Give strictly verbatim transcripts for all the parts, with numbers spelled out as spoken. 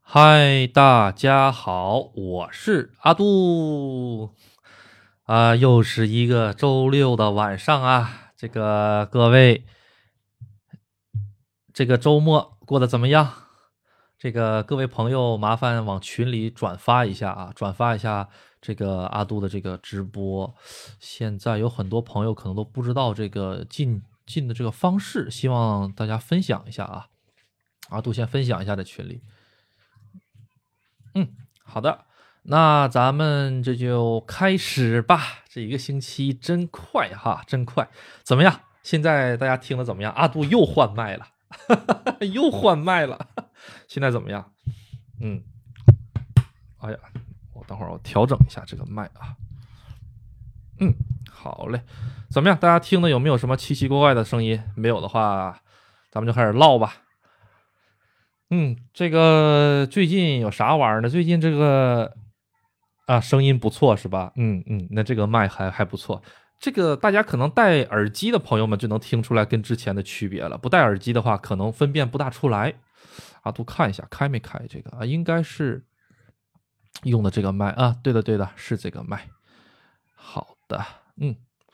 嗨，大家好，我是阿杜啊，又是一个周六的晚上啊，这个各位，这个周末过得怎么样？这个各位朋友，麻烦往群里转发一下啊，转发一下这个阿杜的这个直播。现在有很多朋友可能都不知道这个进进的这个方式，希望大家分享一下啊。阿杜先分享一下在群里。嗯，好的，那咱们这就开始吧。这一个星期真快哈，真快。怎么样？现在大家听的怎么样？阿杜又换麦了，又换麦了。现在怎么样？嗯，哎呀，我等会儿我调整一下这个麦啊。嗯，好嘞。怎么样？大家听的有没有什么奇奇怪怪的声音？没有的话，咱们就开始唠吧。嗯，这个最近有啥玩意儿呢？最近这个啊，声音不错是吧？嗯嗯，那这个麦还还不错。这个大家可能戴耳机的朋友们就能听出来跟之前的区别了，不戴耳机的话可能分辨不大出来。啊，都看一下开没开这个啊，应该是用的这个麦啊，对的对的，是这个麦。好的，嗯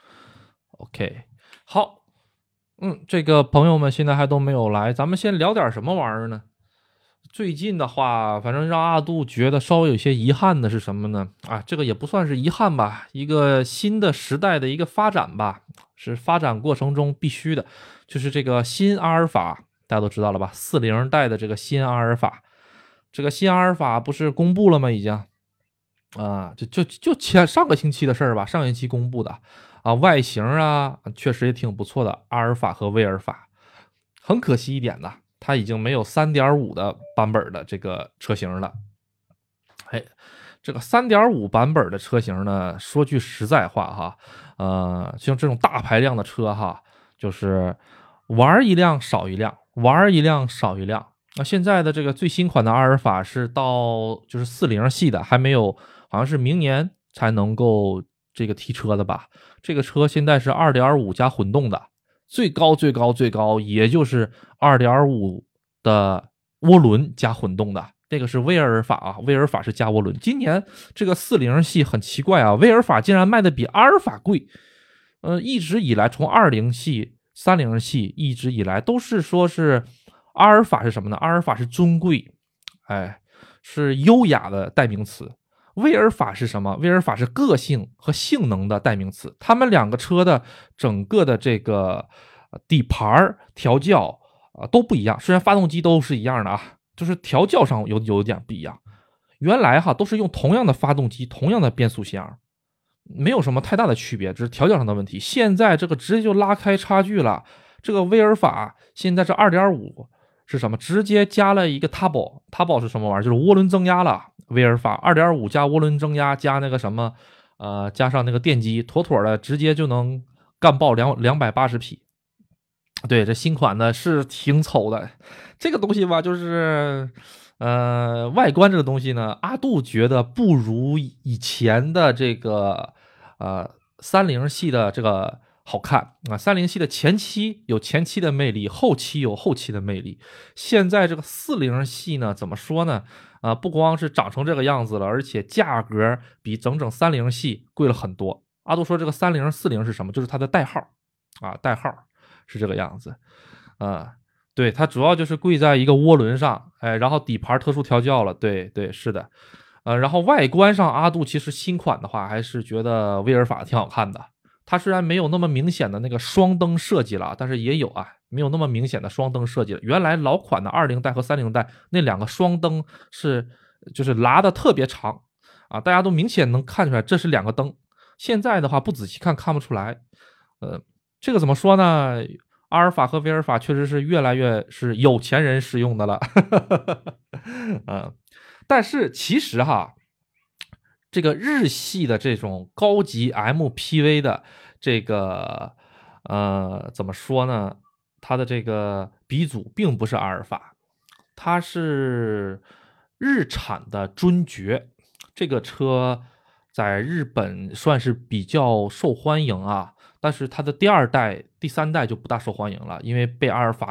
，OK，好，嗯，这个朋友们现在还都没有来，咱们先聊点什么玩意儿呢？最近的话，反正让阿杜觉得稍微有些遗憾的是什么呢？啊，这个也不算是遗憾吧，一个新的时代的一个发展吧，是发展过程中必须的，就是这个新阿尔法，大家都知道了吧？四零代的这个新阿尔法，这个新阿尔法不是公布了吗？已经啊，就就就前上个星期的事儿吧，上星期公布的啊，外形啊确实也挺不错的，阿尔法和威尔法，很可惜一点呢。它已经没有 三点五 的版本的这个车型了。哎，这个 三点五 版本的车型呢，说句实在话哈，呃，像这种大排量的车哈，就是玩一辆少一辆，玩一辆少一辆。那现在的这个最新款的阿尔法是到就是四零系的，还没有，好像是明年才能够这个提车的吧？这个车现在是 二点五 加混动的。最高最高最高，也就是 二点五 的涡轮加混动的，这个是威尔法啊，威尔法是加涡轮。今年这个四零系很奇怪啊，威尔法竟然卖的比阿尔法贵。呃，一直以来从二零系、三零系一直以来都是说是阿尔法是什么呢？阿尔法是尊贵，哎，是优雅的代名词。威尔法是什么？威尔法是个性和性能的代名词。他们两个车的整个的这个底盘调教啊、呃、都不一样，虽然发动机都是一样的啊，就是调教上有有点不一样。原来哈都是用同样的发动机、同样的变速箱，没有什么太大的区别，只是调教上的问题。现在这个直接就拉开差距了。这个威尔法现在是 二点五，是什么？直接加了一个 turbo，turbo 是什么玩意儿？就是涡轮增压了。威尔法 二点五 加涡轮增压加那个什么，呃，加上那个电机，妥妥的直接就能干爆两两百八十匹。对，这新款的是挺丑的，这个东西吧，就是呃，外观这个东西呢，阿杜觉得不如以前的这个呃三零系的这个好看啊。三零系的前期有前期的魅力，后期有后期的魅力。现在这个四零系呢，怎么说呢？啊，不光是长成这个样子了，而且价格比整整三零系贵了很多。阿杜说这个三零四零是什么？就是它的代号啊，代号是这个样子啊。对，它主要就是贵在一个涡轮上，哎，然后底盘特殊调教了，对对，是的，呃，然后外观上，阿杜其实新款的话，还是觉得威尔法挺好看的。它虽然没有那么明显的那个双灯设计了，但是也有啊，没有那么明显的双灯设计了。原来老款的二零代和三零代那两个双灯是就是拉的特别长啊，大家都明显能看出来这是两个灯。现在的话不仔细看看不出来，呃，这个怎么说呢？阿尔法和威尔法确实是越来越是有钱人使用的了，嗯，但是其实哈。这个日系的这种高级 M P V 的这个呃怎么说呢？它的这个鼻祖并不是阿尔法，它是日产的尊爵。这个车在日本算是比较受欢迎啊，但是它的第二代、第三代就不大受欢迎了，因为被阿尔法给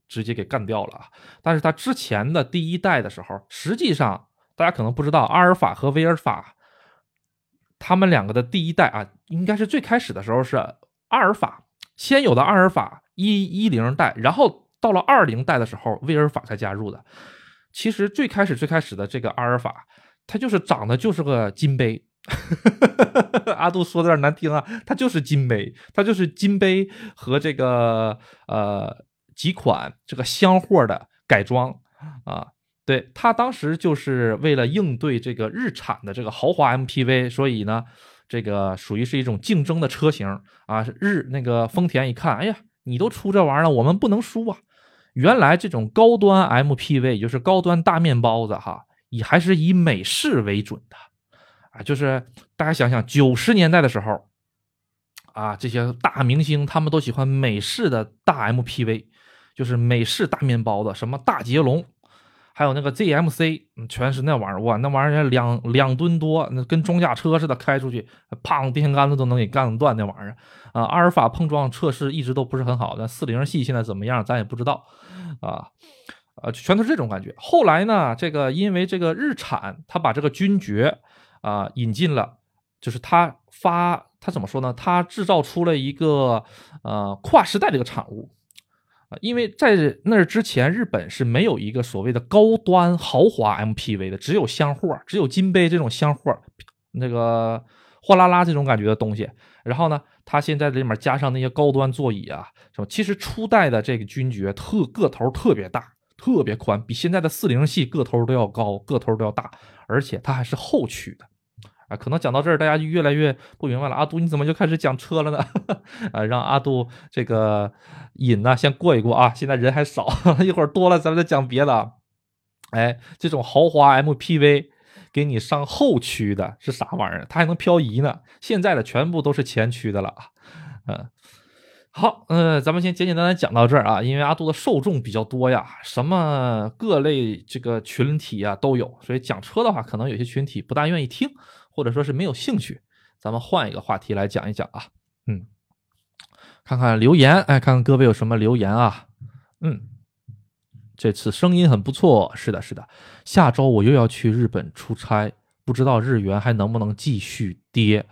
直接给干掉了啊。但是它之前的第一代的时候，实际上大家可能不知道，阿尔法和威尔法他们两个的第一代啊，应该是最开始的时候是阿尔法先有的阿尔法一一零代，然后到了二零代的时候，威尔法才加入的。其实最开始最开始的这个阿尔法，它就是长得就是个金杯。阿杜说的有点难听啊，它就是金杯，它就是金杯和这个呃几款这个箱货的改装啊。对，它当时就是为了应对这个日产的这个豪华 M P V， 所以呢，这个属于是一种竞争的车型啊。日那个丰田一看，哎呀，你都出这玩意儿了，我们不能输啊。原来这种高端 M P V， 也就是高端大面包子哈，也还是以美式为准的啊。就是大家想想，九十年代的时候啊，这些大明星他们都喜欢美式的大 M P V， 就是美式大面包子，什么大捷龙。还有那个 Z M C， 全是那玩意儿，哇，那玩意儿两两吨多，那跟装甲车似的开出去，胖电线杆子都能给干断那玩意儿啊！阿尔法碰撞测试一直都不是很好的，四零系现在怎么样，咱也不知道啊，呃，全都是这种感觉。后来呢，这个因为这个日产，他把这个君爵啊引进了，就是他发他怎么说呢？他制造出了一个呃跨时代的一个产物。因为在那之前，日本是没有一个所谓的高端豪华 M P V 的，只有箱货，只有金杯这种箱货，那个货拉拉这种感觉的东西。然后呢，它现在里面加上那些高端座椅啊，什么，其实初代的这个君爵特个头特别大，特别宽，比现在的四零系个头都要高，个头都要大，而且它还是后驱的。啊，可能讲到这儿，大家就越来越不明白了。阿杜，你怎么就开始讲车了呢？啊，让阿杜这个瘾呢先过一过啊。现在人还少，一会儿多了咱们再讲别的。哎，这种豪华 M P V 给你上后驱的是啥玩意儿？它还能漂移呢。现在的全部都是前驱的了啊。嗯，好，嗯、呃，咱们先简简单单讲到这儿啊。因为阿杜的受众比较多呀，什么各类这个群体啊都有，所以讲车的话，可能有些群体不大愿意听。或者说是没有兴趣，咱们换一个话题来讲一讲啊。嗯，看看留言，哎，看看各位有什么留言啊。嗯，这次声音很不错，是的，是的。下周我又要去日本出差，不知道日元还能不能继续跌。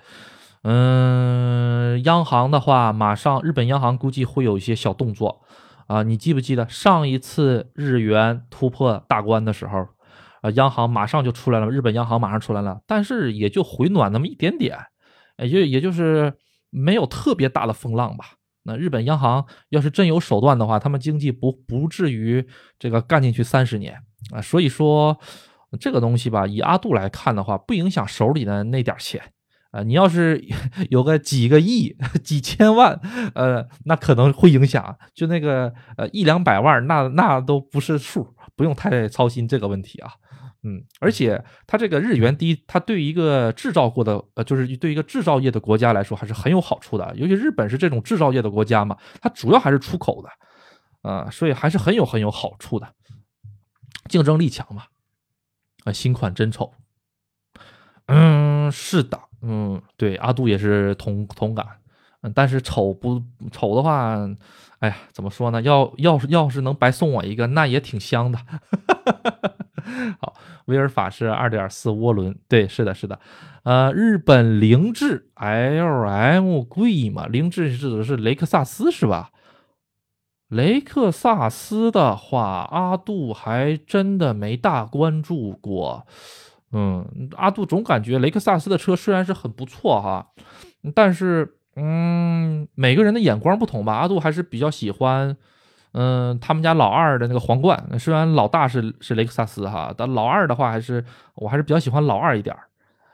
嗯，央行的话，马上日本央行估计会有一些小动作啊。你记不记得上一次日元突破大关的时候？呃，央行马上就出来了，日本央行马上出来了，但是也就回暖那么一点点，也就也就是没有特别大的风浪吧。那日本央行要是真有手段的话，他们经济不不至于这个干进去三十年啊。所以说这个东西吧，以阿杜来看的话，不影响手里的那点钱啊。你要是有个几个亿、几千万，呃，那可能会影响，就那个呃一两百万，那那都不是数，不用太操心这个问题啊。嗯，而且它这个日元低，它对于一个制造过的，呃，就是对于一个制造业的国家来说，还是很有好处的。尤其日本是这种制造业的国家嘛，它主要还是出口的，啊、呃，所以还是很有很有好处的，竞争力强嘛。啊、呃，新款真丑。嗯，是的，嗯，对，阿杜也是同同感。嗯，但是丑不丑的话，哎呀，怎么说呢？要要是要是能白送我一个，那也挺香的。好，威尔法是 二点四 涡轮，对，是的，是的。呃，日本凌志 L M 贵吗？凌志指的是雷克萨斯是吧？雷克萨斯的话，阿杜还真的没大关注过。嗯，阿杜总感觉雷克萨斯的车虽然是很不错哈，但是嗯，每个人的眼光不同吧。阿杜还是比较喜欢。嗯，他们家老二的那个皇冠，虽然老大是是雷克萨斯哈，但老二的话还是我还是比较喜欢老二一点。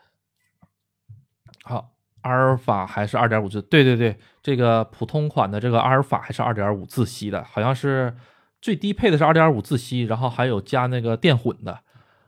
好，阿尔法还是 二点五 自，对对对，这个普通款的这个阿尔法还是 二点五 自吸的，好像是最低配的是 二点五 自吸，然后还有加那个电混的。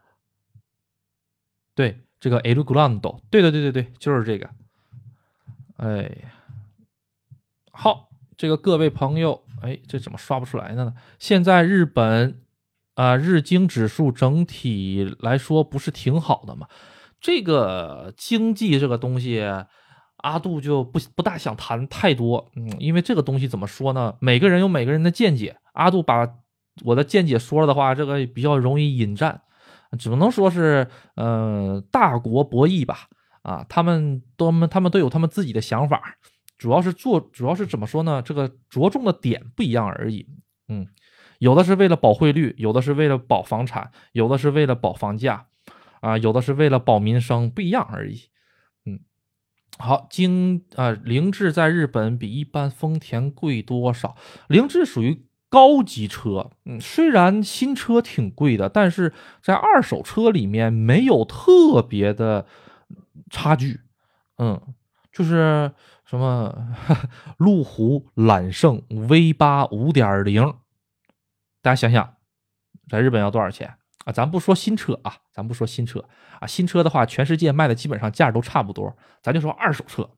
对，这个 El Grande， 对对对对对，就是这个。哎，好。这个各位朋友，哎，这怎么刷不出来呢？现在日本啊、呃，日经指数整体来说不是挺好的吗？这个经济这个东西，阿杜就不不大想谈太多，嗯，因为这个东西怎么说呢？每个人有每个人的见解。阿杜把我的见解说了的话，这个比较容易引战，只能说是呃大国博弈吧。啊，他们都他们都有他们自己的想法，主要是做主要是怎么说呢？这个着重的点不一样而已。嗯，有的是为了保汇率，有的是为了保房产，有的是为了保房价，啊，有的是为了保民生，不一样而已。嗯，好，京啊，凌志在日本比一般丰田贵多少？凌志属于高级车，嗯，虽然新车挺贵的，但是在二手车里面没有特别的差距。嗯，就是什么路虎揽胜 V 八 五点零， 大家想想，在日本要多少钱啊？咱不说新车啊，咱不说新车啊，新车的话，全世界卖的基本上价都差不多，咱就说二手车。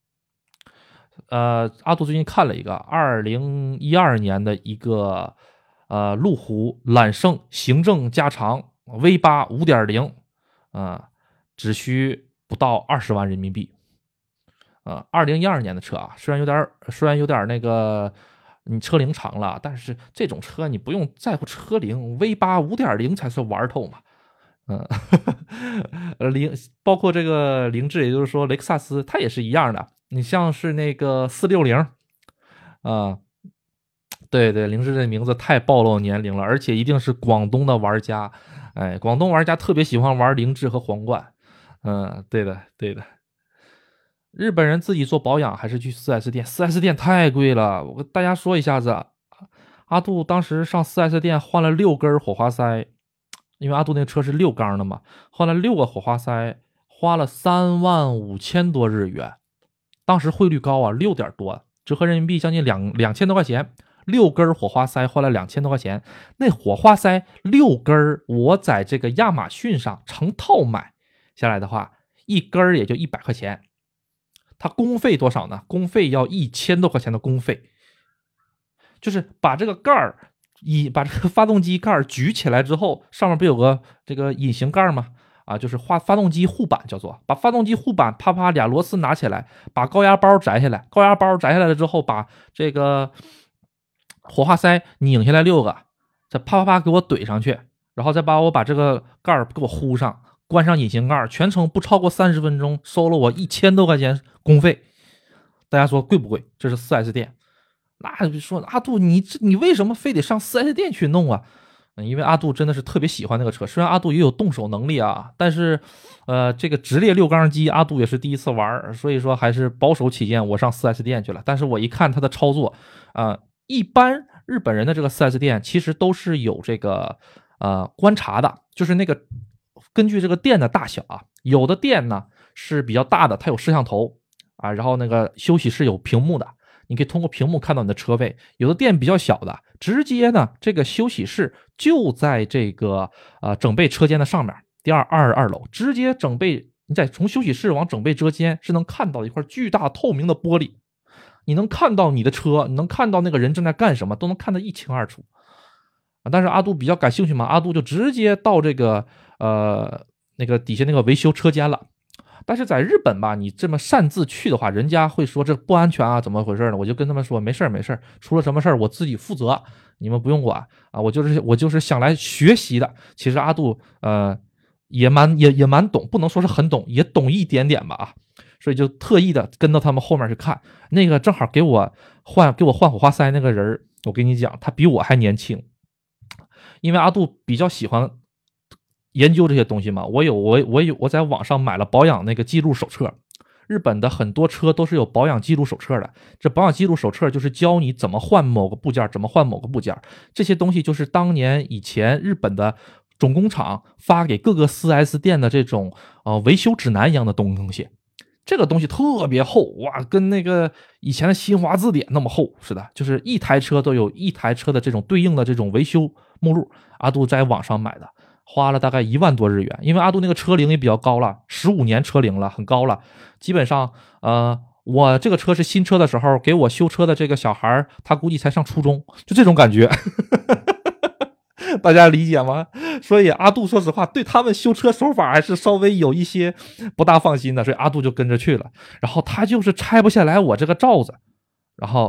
呃，阿杜最近看了一个二零一二年的一个呃路虎揽胜行政加长 V 八 五点零， 啊，只需不到二十万人民币。呃，二零一二年的车啊，虽然有点虽然有点那个你车龄长了，但是这种车你不用在乎车龄 ，V 八 五点零 才是玩头嘛。嗯，呃，凌包括这个凌志，也就是说雷克萨斯，它也是一样的。你像是那个四六零啊，对对，凌志这名字太暴露年龄了，而且一定是广东的玩家。哎，广东玩家特别喜欢玩凌志和皇冠。嗯，对的对的。日本人自己做保养还是去 四 S 店？ 四 S 店太贵了，我跟大家说一下子，阿杜当时上 四 S 店换了六根火花塞，因为阿杜那个车是六缸的嘛，换了六个火花塞，花了三万五千多日元。当时汇率高啊，六点多，折合人民币将近两两千多块钱。六根火花塞花了两千多块钱，那火花塞六根，我在这个亚马逊上成套买下来的话，一根也就一百块钱。它工费多少呢？工费要一千多块钱的工费，就是把这个盖儿，以把这个发动机盖举起来之后，上面不有个这个隐形盖吗？啊，就是发发动机护板，叫做把发动机护板啪啪俩螺丝拿起来，把高压包摘下来，高压包摘下来了之后，把这个火花塞拧下来六个，再啪啪啪给我怼上去，然后再把我把这个盖儿给我糊上。关上隐形盖，全程不超过三十分钟，收了我一千多块钱工费。大家说贵不贵？这是 四 S 店。那说阿杜，你这你为什么非得上 四 S 店去弄啊？因为阿杜真的是特别喜欢那个车，虽然阿杜也有动手能力啊，但是呃，这个直列六缸机阿杜也是第一次玩，所以说还是保守起见，我上 四 S 店去了。但是我一看他的操作啊、呃，一般日本人的这个 四 S 店其实都是有这个呃观察的，就是那个。根据这个店的大小啊，有的店呢是比较大的，它有摄像头啊，然后那个休息室有屏幕的，你可以通过屏幕看到你的车位。有的店比较小的，直接呢这个休息室就在这个呃整备车间的上面，第二二十二楼，直接整备，你在从休息室往整备车间是能看到一块巨大透明的玻璃，你能看到你的车，你能看到那个人正在干什么，都能看得一清二楚。但是阿杜比较感兴趣嘛，阿杜就直接到这个呃那个底下那个维修车间了。但是在日本吧，你这么擅自去的话，人家会说这不安全啊，怎么回事呢？我就跟他们说没事没事，出了什么事我自己负责，你们不用管啊，我就是我就是想来学习的。其实阿杜呃也蛮也也蛮懂，不能说是很懂，也懂一点点吧啊，所以就特意的跟到他们后面去看。那个正好给我换给我换火花塞那个人，我跟你讲，他比我还年轻。因为阿杜比较喜欢研究这些东西嘛，我有我我有我在网上买了保养那个记录手册，日本的很多车都是有保养记录手册的。这保养记录手册就是教你怎么换某个部件，怎么换某个部件。这些东西就是当年以前日本的总工厂发给各个 四 S 店的这种呃维修指南一样的东西。这个东西特别厚哇，跟那个以前的新华字典那么厚似的，就是一台车都有一台车的这种对应的这种维修目录。阿杜在网上买的，花了大概一万多日元，因为阿杜那个车龄也比较高了，十五年车龄了，很高了。基本上呃我这个车是新车的时候，给我修车的这个小孩他估计才上初中，就这种感觉。大家理解吗？所以阿杜说实话对他们修车手法还是稍微有一些不大放心的，所以阿杜就跟着去了。然后他就是拆不下来我这个罩子，然后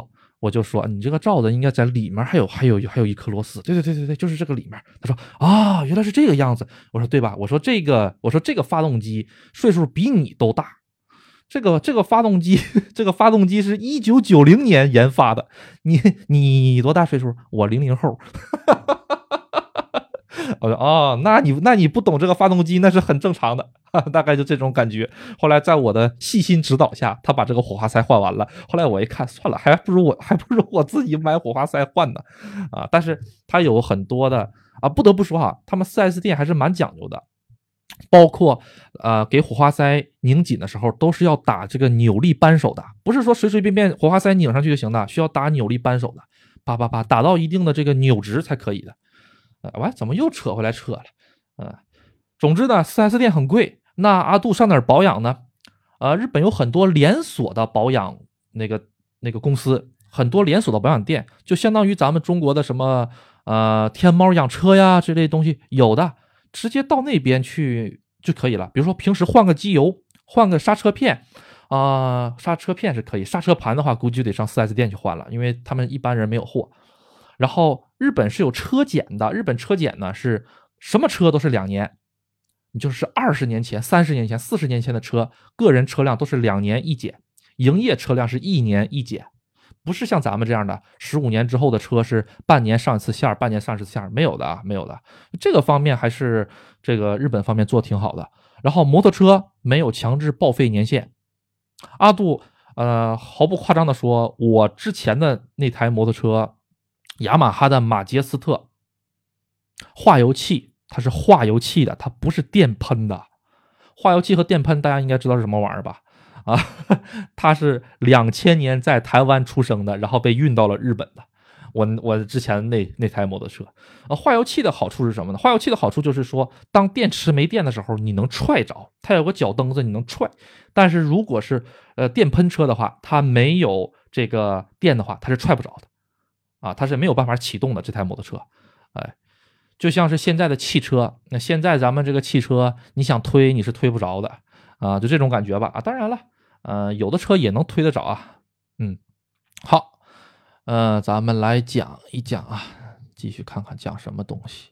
我就说你这个罩子应该在里面还有还有还有一颗螺丝，对对对对对，就是这个里面。他说啊，原来是这个样子。我说对吧？我说这个我说这个发动机岁数比你都大，这个这个发动机这个发动机是一九九零年研发的，你你多大岁数？我零零后。我说哦，那你那你不懂这个发动机那是很正常的，大概就这种感觉。后来在我的细心指导下，他把这个火花塞换完了。后来我一看，算了，还不如我还不如我自己买火花塞换呢，啊！但是它有很多的啊，不得不说哈，他们 四 S 店还是蛮讲究的，包括呃给火花塞拧紧的时候都是要打这个扭力扳手的，不是说随随便便火花塞拧上去就行的，需要打扭力扳手的，叭叭叭打到一定的这个扭值才可以的。完、呃、怎么又扯回来扯了？呃，总之呢 ，四 S 店很贵。那阿杜上哪儿保养呢？呃，日本有很多连锁的保养那个那个公司，很多连锁的保养店，就相当于咱们中国的什么呃天猫养车呀这类东西，有的直接到那边去就可以了。比如说平时换个机油，换个刹车片啊、呃，刹车片是可以，刹车盘的话估计就得上 四 S 店去换了，因为他们一般人没有货。然后日本是有车检的，日本车检呢是什么车都是两年，你就是二十年前、三十年前、四十年前的车，个人车辆都是两年一检，营业车辆是一年一检，不是像咱们这样的十五年之后的车是半年上一次线，半年上一次线，没有的啊，没有的。这个方面还是这个日本方面做挺好的。然后摩托车没有强制报废年限，阿杜呃毫不夸张的说，我之前的那台摩托车。雅马哈的马杰斯特化油器，它是化油器的，它不是电喷的。化油器和电喷大家应该知道是什么玩意儿吧？啊，它是两千年在台湾出生的，然后被运到了日本的。我我之前那那台摩托车，呃，化油器的好处是什么呢？化油器的好处就是说，当电池没电的时候，你能踹着，它有个脚蹬子，你能踹。但是如果是呃电喷车的话，它没有这个电的话，它是踹不着的。啊，它是没有办法启动的这台摩托车，哎，就像是现在的汽车，那现在咱们这个汽车，你想推你是推不着的啊，就这种感觉吧啊。当然了，呃，有的车也能推得着啊。嗯，好，呃，咱们来讲一讲啊，继续看看讲什么东西。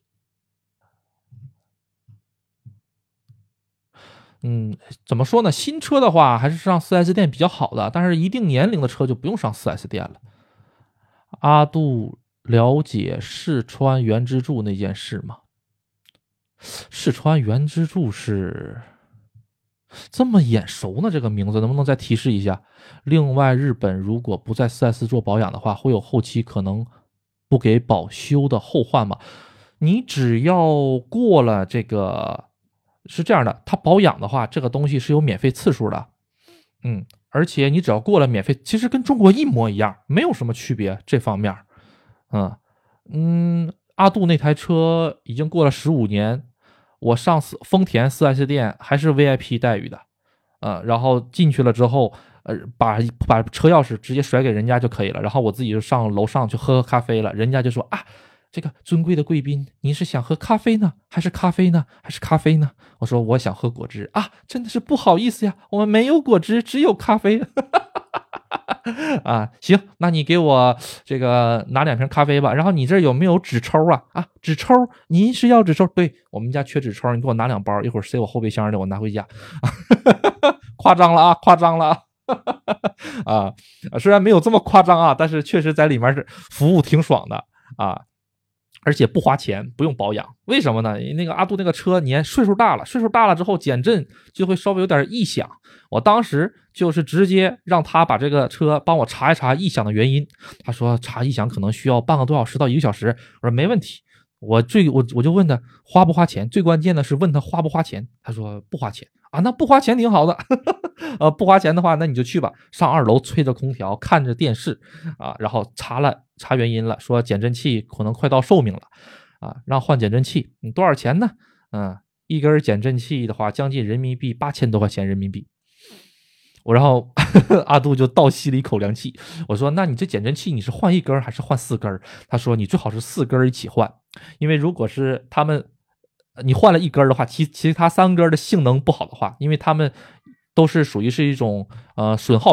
嗯，怎么说呢？新车的话还是上 四 S 店比较好的，但是一定年龄的车就不用上 四 S 店了。阿杜了解四川原之助那件事吗？四川原之助是这么眼熟呢？这个名字能不能再提示一下？另外，日本如果不在 四 S 做保养的话，会有后期可能不给保修的后患吗？你只要过了这个，是这样的，它保养的话，这个东西是有免费次数的。嗯。而且你只要过了免费，其实跟中国一模一样，没有什么区别。这方面，嗯嗯，阿杜那台车已经过了十五年，我上丰田 四 S 店还是 V I P 待遇的，呃，然后进去了之后，呃，把把车钥匙直接甩给人家就可以了，然后我自己就上楼上去喝喝咖啡了，人家就说啊。这个尊贵的贵宾，您是想喝咖啡呢，还是咖啡呢，还是咖啡呢？我说我想喝果汁啊，真的是不好意思呀，我们没有果汁，只有咖啡。啊，行，那你给我这个拿两瓶咖啡吧。然后你这有没有纸抽啊？啊，纸抽，您是要纸抽？对，我们家缺纸抽，你给我拿两包，一会儿塞我后备箱里，我拿回家。夸张了啊，夸张了啊！啊，虽然没有这么夸张啊，但是确实在里面是服务挺爽的啊。而且不花钱，不用保养，为什么呢？那个阿杜那个车年岁数大了，岁数大了之后减震就会稍微有点异响。我当时就是直接让他把这个车帮我查一查异响的原因。他说查异响可能需要半个多小时到一个小时。我说没问题。我最我我就问他花不花钱，最关键的是问他花不花钱。他说不花钱啊，那不花钱挺好的。呃，不花钱的话，那你就去吧，上二楼吹着空调，看着电视啊，然后查了查原因了，说减震器可能快到寿命了啊，让换减震器。你多少钱呢？嗯，一根减震器的话，将近人民币八千多块钱人民币。我然后阿杜就倒吸了一口凉气。我说：“那你这减震器你是换一根还是换四根？”他说：“你最好是四根一起换，因为如果是他们你换了一根的话，其其他三根的性能不好的话，因为他们都是属于是一种呃损耗品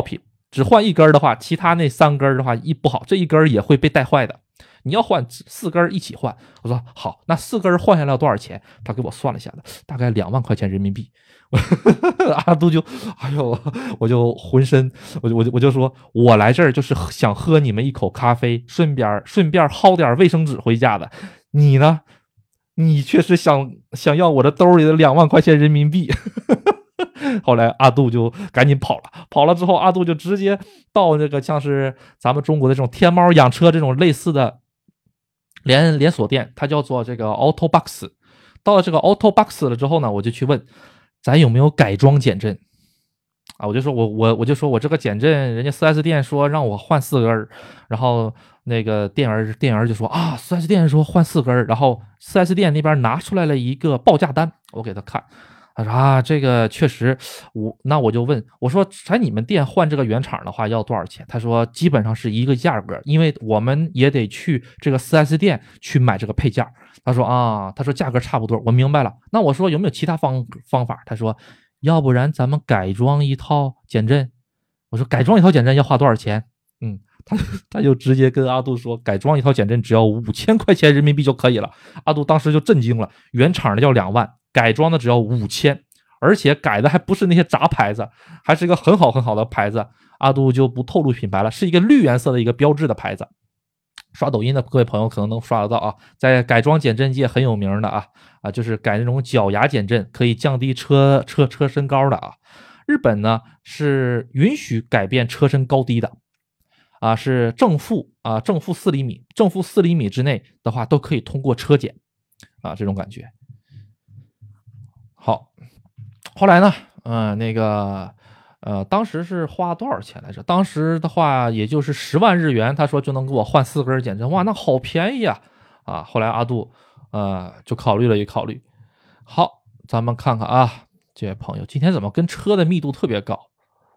只换一根的话，其他那三根的话一不好，这一根也会被带坏的。你要换四根一起换，我说好，那四根换下来要多少钱？他给我算了一下子，大概两万块钱人民币。阿杜就，哎呦，我就浑身，我就我就我就说，我来这儿就是想喝你们一口咖啡，顺便顺便薅点卫生纸回家的。你呢？你确实想想要我的兜里的两万块钱人民币。后来阿杜就赶紧跑了，跑了之后，阿杜就直接到这个像是咱们中国的这种天猫养车这种类似的连连锁店，它叫做这个 Auto Box。到了这个 Auto Box 了之后呢，我就去问，咱有没有改装减震啊？我就说我我我就说我这个减震，人家 四 S 店说让我换四根，然后那个店员店员就说啊 ，四 S 店说换四根，然后 四 S 店那边拿出来了一个报价单，我给他看。他说啊，这个确实，我那我就问我说，在你们店换这个原厂的话要多少钱？他说基本上是一个价格，因为我们也得去这个 四 S 店去买这个配件。他说啊，他说价格差不多，我明白了。那我说有没有其他方方法？他说，要不然咱们改装一套减震。我说改装一套减震要花多少钱？嗯，他他就直接跟阿杜说，改装一套减震只要五千块钱人民币就可以了。阿杜当时就震惊了，原厂的要两万。改装的只要五千，而且改的还不是那些杂牌子，还是一个很好很好的牌子。阿杜就不透露品牌了，是一个绿颜色的一个标志的牌子。刷抖音的各位朋友可能能刷得到啊，在改装减震界很有名的啊啊，就是改那种脚牙减震，可以降低车车车身高的啊。日本呢是允许改变车身高低的啊，是正负啊正负四厘米，正负四厘米之内的话都可以通过车检啊，这种感觉。好，后来呢，嗯、呃，那个，呃，当时是花多少钱来着？当时的话，也就是十万日元，他说就能给我换四根减震，哇，那好便宜啊！啊，后来阿杜，呃，就考虑了一考虑。好，咱们看看啊，这位朋友今天怎么跟车的密度特别高？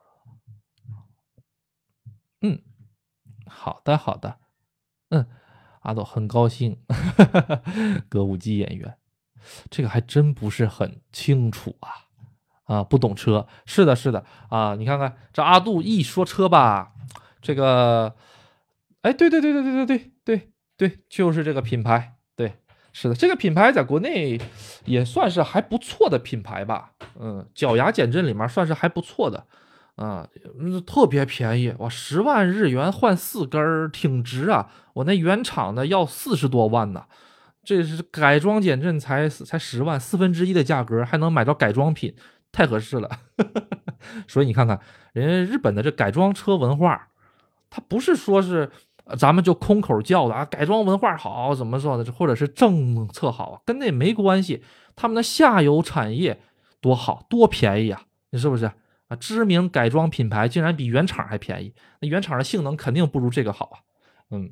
嗯，好的，好的，嗯，阿杜很高兴，歌舞伎演员。这个还真不是很清楚啊，啊，不懂车，是的，是的啊，你看看这阿杜一说车吧，这个，哎，对对对对对对对对对，就是这个品牌，对，是的，这个品牌在国内也算是还不错的品牌吧，嗯，脚牙减震里面算是还不错的，啊，嗯，特别便宜，哇，十万日元换四根儿，挺值啊，我那原厂的要四十多万呢。这是改装减震才才十万，四分之一的价格还能买到改装品，太合适了。所以你看看，人家日本的这改装车文化，它不是说是咱们就空口叫的啊，改装文化好怎么说的，或者是政策好，跟那没关系。他们的下游产业多好，多便宜啊，你是不是啊？知名改装品牌竟然比原厂还便宜，那原厂的性能肯定不如这个好啊。嗯。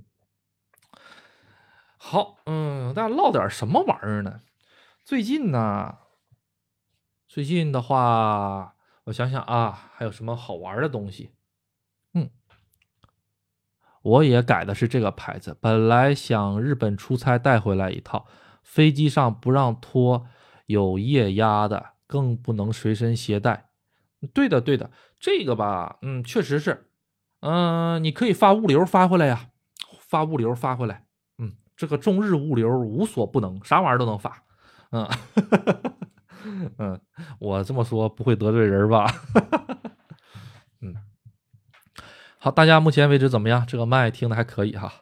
好，嗯，大家唠点什么玩意儿呢？最近呢，最近的话，我想想啊，还有什么好玩的东西？嗯，我也改的是这个牌子，本来想日本出差带回来一套，飞机上不让拖，有液压的，更不能随身携带。对的，对的，这个吧，嗯，确实是，嗯、呃你可以发物流发回来呀，发物流发回来。嗯，这个中日物流无所不能，啥玩意儿都能发。嗯嗯，我这么说不会得罪人吧？嗯，好，大家目前为止怎么样？这个麦听的还可以哈。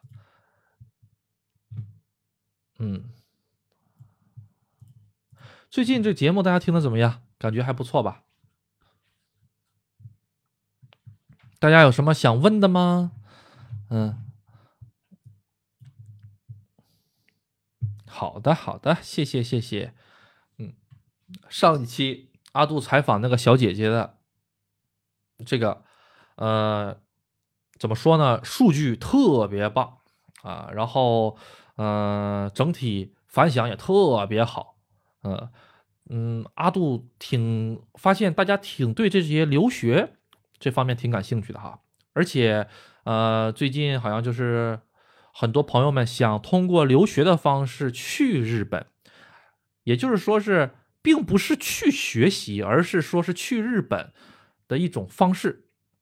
嗯，最近这节目大家听的怎么样？感觉还不错吧？大家有什么想问的吗？嗯，好的，好的，谢谢，谢谢。嗯，上一期阿杜采访那个小姐姐的这个，呃，怎么说呢？数据特别棒啊，然后，呃，整体反响也特别好。呃，嗯，阿杜挺发现大家挺对这些留学这方面挺感兴趣的哈，而且，呃，最近好像就是很多朋友们想通过留学的方式去日本，也就是说是，并不是去学习，而是说是去日本的一种方式。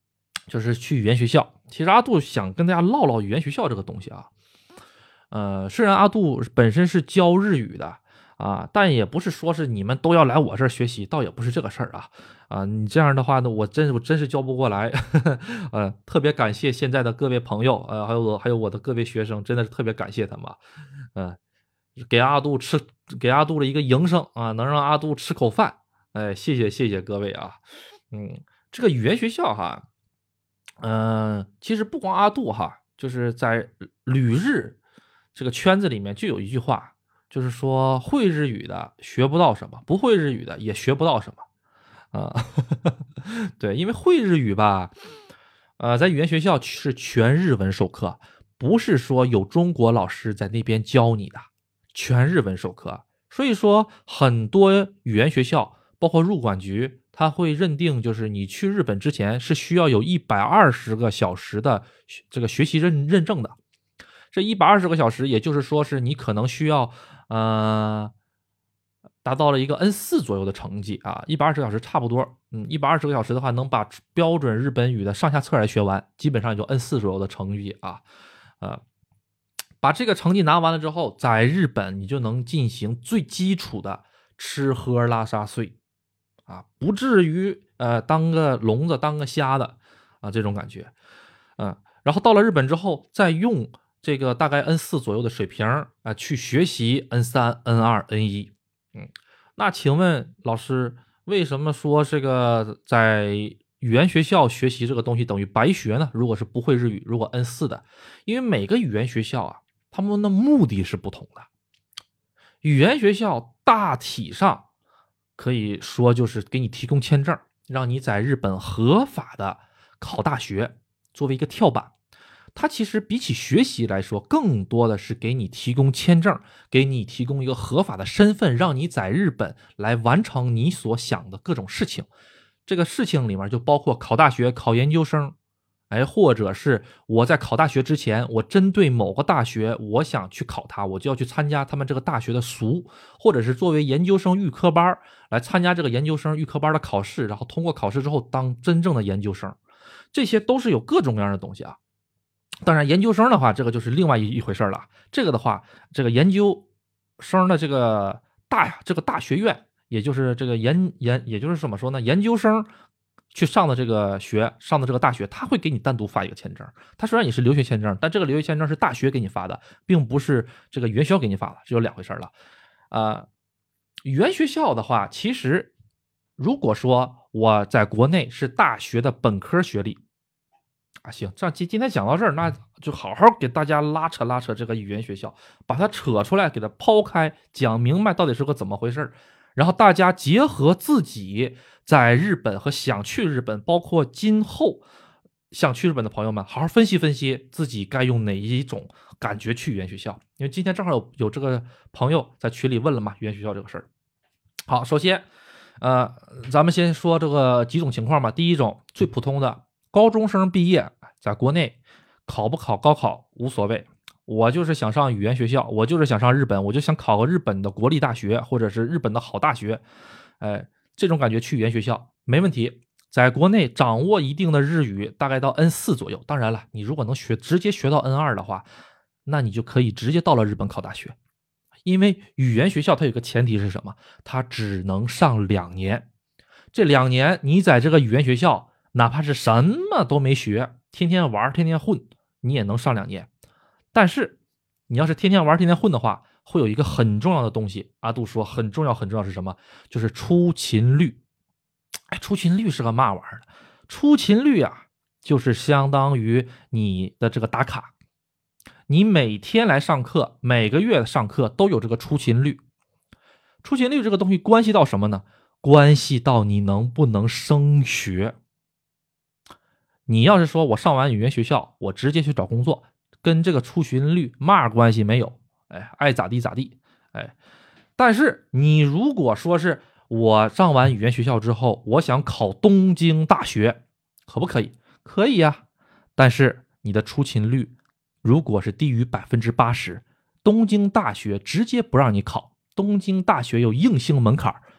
就是去语言学校。其实阿杜想跟大家唠唠语言学校这个东西啊。呃，虽然阿杜本身是教日语的啊，但也不是说是你们都要来我这儿学习，倒也不是这个事儿啊。啊，你这样的话呢，我真我真是教不过来。呃，特别感谢现在的各位朋友，呃，还有我还有我的各位学生，真的是特别感谢他们。嗯、呃，给阿杜吃给阿杜了一个营生啊，能让阿杜吃口饭。哎，谢谢谢谢各位啊。嗯，这个语言学校哈。嗯、呃，其实不光阿杜哈，就是在旅日这个圈子里面就有一句话，就是说会日语的学不到什么，不会日语的也学不到什么啊。对，因为会日语吧，呃，在语言学校是全日文授课，不是说有中国老师在那边教你的，全日文授课。所以说，很多语言学校，包括入管局，他会认定，就是你去日本之前是需要有一百二十个小时的这个学习认认证的。这一百二十个小时，也就是说是你可能需要呃达到了一个 N 四 左右的成绩啊。一百二十个小时差不多，嗯，一百二十个小时的话，能把标准日本语的上下册来学完，基本上也就 N 四 左右的成绩啊。呃，把这个成绩拿完了之后，在日本你就能进行最基础的吃喝拉撒睡啊，不至于呃当个聋子当个瞎的啊这种感觉。嗯、呃，然后到了日本之后，再用这个大概 N 四 左右的水平啊、呃、去学习 N 三、N 二、N 一。嗯，那请问老师，为什么说这个在语言学校学习这个东西等于白学呢？如果是不会日语，如果 N 四 的，因为每个语言学校啊，他们的目的是不同的。语言学校大体上可以说就是给你提供签证，让你在日本合法的考大学，作为一个跳板。它其实比起学习来说，更多的是给你提供签证，给你提供一个合法的身份，让你在日本来完成你所想的各种事情。这个事情里面就包括考大学、考研究生，哎，或者是我在考大学之前，我针对某个大学，我想去考它，我就要去参加他们这个大学的俗，或者是作为研究生预科班来参加这个研究生预科班的考试，然后通过考试之后当真正的研究生。这些都是有各种各样的东西啊。当然，研究生的话，这个就是另外一一回事了。这个的话，这个研究生的这个大这个大学院，也就是这个研研，也就是怎么说呢？研究生去上的这个学，上的这个大学，他会给你单独发一个签证。他虽然也是留学签证，但这个留学签证是大学给你发的，并不是这个语言学校给你发的，这有两回事了。呃，语言学校的话，其实如果说我在国内是大学的本科学历。啊，行，这样今今天讲到这儿，那就好好给大家拉扯拉扯这个语言学校，把它扯出来，给它抛开，讲明白到底是个怎么回事。然后大家结合自己在日本和想去日本，包括今后想去日本的朋友们，好好分析分析自己该用哪一种感觉去语言学校。因为今天正好有有这个朋友在群里问了嘛，语言学校这个事儿。好，首先，呃，咱们先说这个几种情况吧。第一种最普通的。高中生毕业在国内考不考高考无所谓，我就是想上语言学校，我就是想上日本，我就想考个日本的国立大学或者是日本的好大学，哎，这种感觉去语言学校没问题。在国内掌握一定的日语，大概到 N 四 左右。当然了，你如果能学直接学到 N 二 的话，那你就可以直接到了日本考大学。因为语言学校它有个前提是什么？它只能上两年，这两年你在这个语言学校。哪怕是什么都没学，天天玩天天混，你也能上两年。但是你要是天天玩天天混的话，会有一个很重要的东西，阿杜说很重要很重要是什么？就是出勤率。哎，出勤率是个嘛玩意儿？出勤率啊，就是相当于你的这个打卡，你每天来上课，每个月上课都有这个出勤率。出勤率这个东西关系到什么呢？关系到你能不能升学。你要是说我上完语言学校，我直接去找工作，跟这个出勤率嘛关系没有，哎，爱咋地咋地，哎。但是你如果说是我上完语言学校之后，我想考东京大学，可不可以？可以呀。但是你的出勤率如果是低于 百分之八十， 东京大学直接不让你考。东京大学有硬性门槛，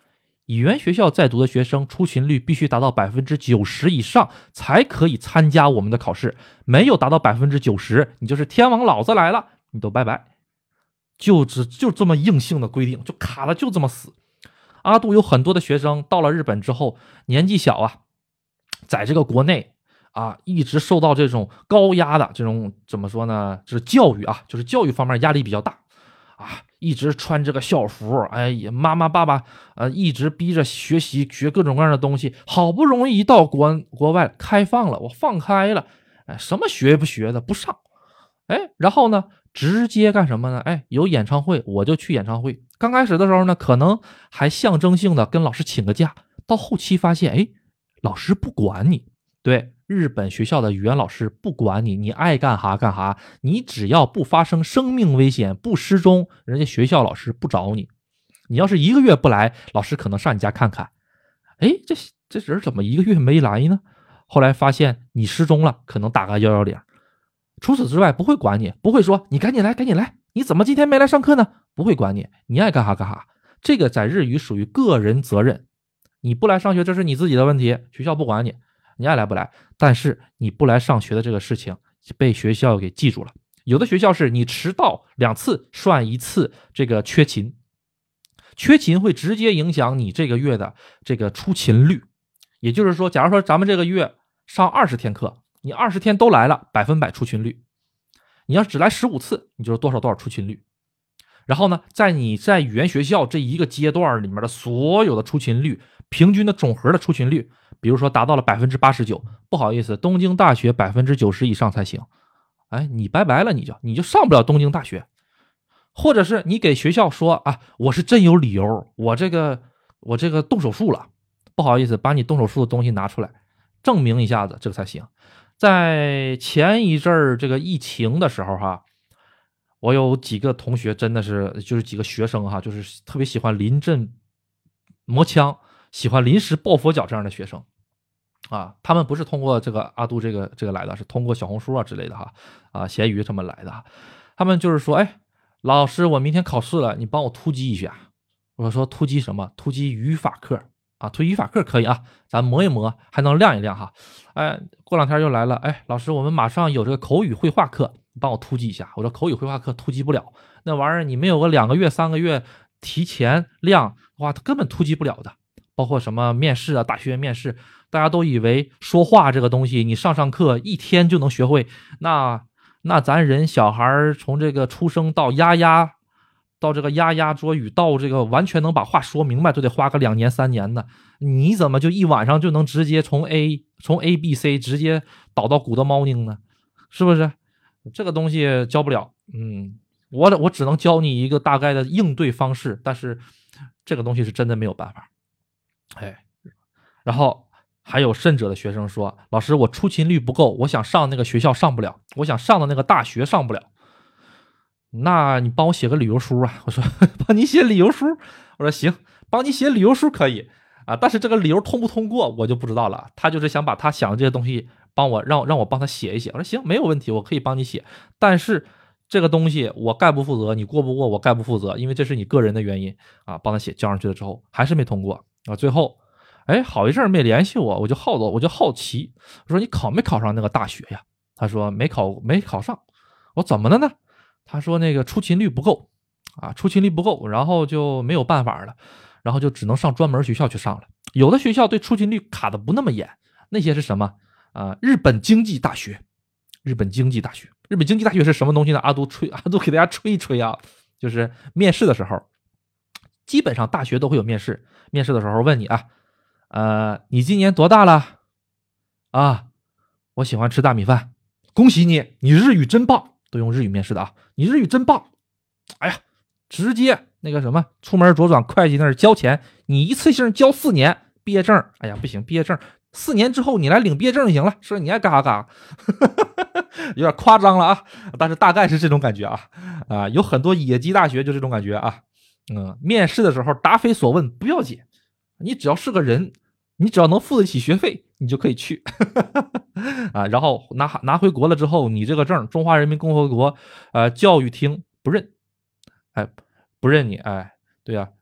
语言学校在读的学生出勤率必须达到 百分之九十 以上才可以参加我们的考试，没有达到 百分之九十， 你就是天王老子来了，你都拜拜。就只就这么硬性的规定，就卡了，就这么死。阿杜有很多的学生到了日本之后，年纪小啊，在这个国内啊，一直受到这种高压的这种怎么说呢？就是教育啊，就是教育方面压力比较大啊，一直穿这个校服，哎呀，妈妈爸爸呃一直逼着学习，学各种各样的东西。好不容易一到国国外开放了，我放开了，哎，什么学不学的不上，哎，然后呢？直接干什么呢？哎，有演唱会我就去演唱会。刚开始的时候呢，可能还象征性的跟老师请个假，到后期发现，哎，老师不管你。对，日本学校的语言老师不管你，你爱干哈干哈，你只要不发生生命危险，不失踪，人家学校老师不找你。你要是一个月不来，老师可能上你家看看。哎，这这人怎么一个月没来呢？后来发现你失踪了，可能打个幺幺零。除此之外不会管你，不会说你赶紧来赶紧来，你怎么今天没来上课呢？不会管你，你爱干哈干哈。这个在日语属于个人责任，你不来上学这是你自己的问题，学校不管你，你爱来不来。但是你不来上学的这个事情被学校给记住了。有的学校是你迟到两次算一次这个缺勤，缺勤会直接影响你这个月的这个出勤率。也就是说，假如说咱们这个月上二十天课，你二十天都来了，百分百出勤率。你要只来十五次，你就是多少多少出勤率。然后呢，在你在语言学校这一个阶段里面的所有的出勤率，平均的总和的出勤率，比如说达到了 百分之八十九， 不好意思，东京大学 百分之九十 以上才行。哎，你拜拜了，你就你就上不了东京大学。或者是你给学校说啊，我是真有理由，我这个我这个动手术了，不好意思，把你动手术的东西拿出来证明一下子，这个才行。在前一阵儿这个疫情的时候哈，我有几个同学真的是就是几个学生哈，就是特别喜欢临阵磨枪，喜欢临时抱佛脚这样的学生啊，他们不是通过这个阿杜这个这个来的，是通过小红书啊之类的哈啊闲鱼这么来的。他们就是说，哎，老师，我明天考试了，你帮我突击一下。我说突击什么？突击语法课啊，突击语法课可以啊，咱磨一磨，还能亮一亮哈。哎，过两天又来了，哎，老师，我们马上有这个口语绘画课，你帮我突击一下。我说口语绘画课突击不了，那玩意儿你没有个两个月、三个月提前亮，哇，他根本突击不了的。包括什么面试啊，大学面试，大家都以为说话这个东西，你上上课一天就能学会，那那咱人小孩从这个出生到呀呀。到这个呀呀捉语，到这个完全能把话说明白，就得花个两年三年的。你怎么就一晚上就能直接从 A 从 A B C 直接导到 Good morning 呢？是不是？这个东西教不了。嗯，我我只能教你一个大概的应对方式，但是这个东西是真的没有办法。哎，然后还有甚者的学生说，老师，我出勤率不够，我想上那个学校上不了，我想上的那个大学上不了。那你帮我写个理由书啊？我说帮你写理由书，我说行，帮你写理由书可以啊，但是这个理由通不通过我就不知道了。他就是想把他想的这些东西帮我让让我帮他写一写。我说行，没有问题，我可以帮你写，但是这个东西我概不负责，你过不过我概不负责，因为这是你个人的原因啊。帮他写交上去了之后还是没通过啊，最后哎好一阵没联系我，我就好我就好奇，我说你考没考上那个大学呀？他说没考没考上。我怎么了呢？他说那个出勤率不够啊，出勤率不够，然后就没有办法了，然后就只能上专门学校去上了。有的学校对出勤率卡的不那么严，那些是什么啊？日本经济大学，日本经济大学，日本经济大学是什么东西呢？阿杜吹，阿杜给大家吹一吹啊，就是面试的时候，基本上大学都会有面试，面试的时候问你啊，呃，你今年多大了？啊，我喜欢吃大米饭，恭喜你，你日语真棒。都用日语面试的啊，你日语真棒！哎呀，直接那个什么，出门左转会计那儿交钱，你一次性交四年毕业证。哎呀，不行，毕业证四年之后你来领毕业证就行了，说你爱干啥干啥，有点夸张了啊，但是大概是这种感觉啊啊，有很多野鸡大学就这种感觉啊。嗯，面试的时候答非所问不要紧，你只要是个人，你只要能付得起学费，你就可以去啊。然后拿拿回国了之后，你这个证，中华人民共和国呃教育厅不认，哎，不认你，哎，对呀、啊，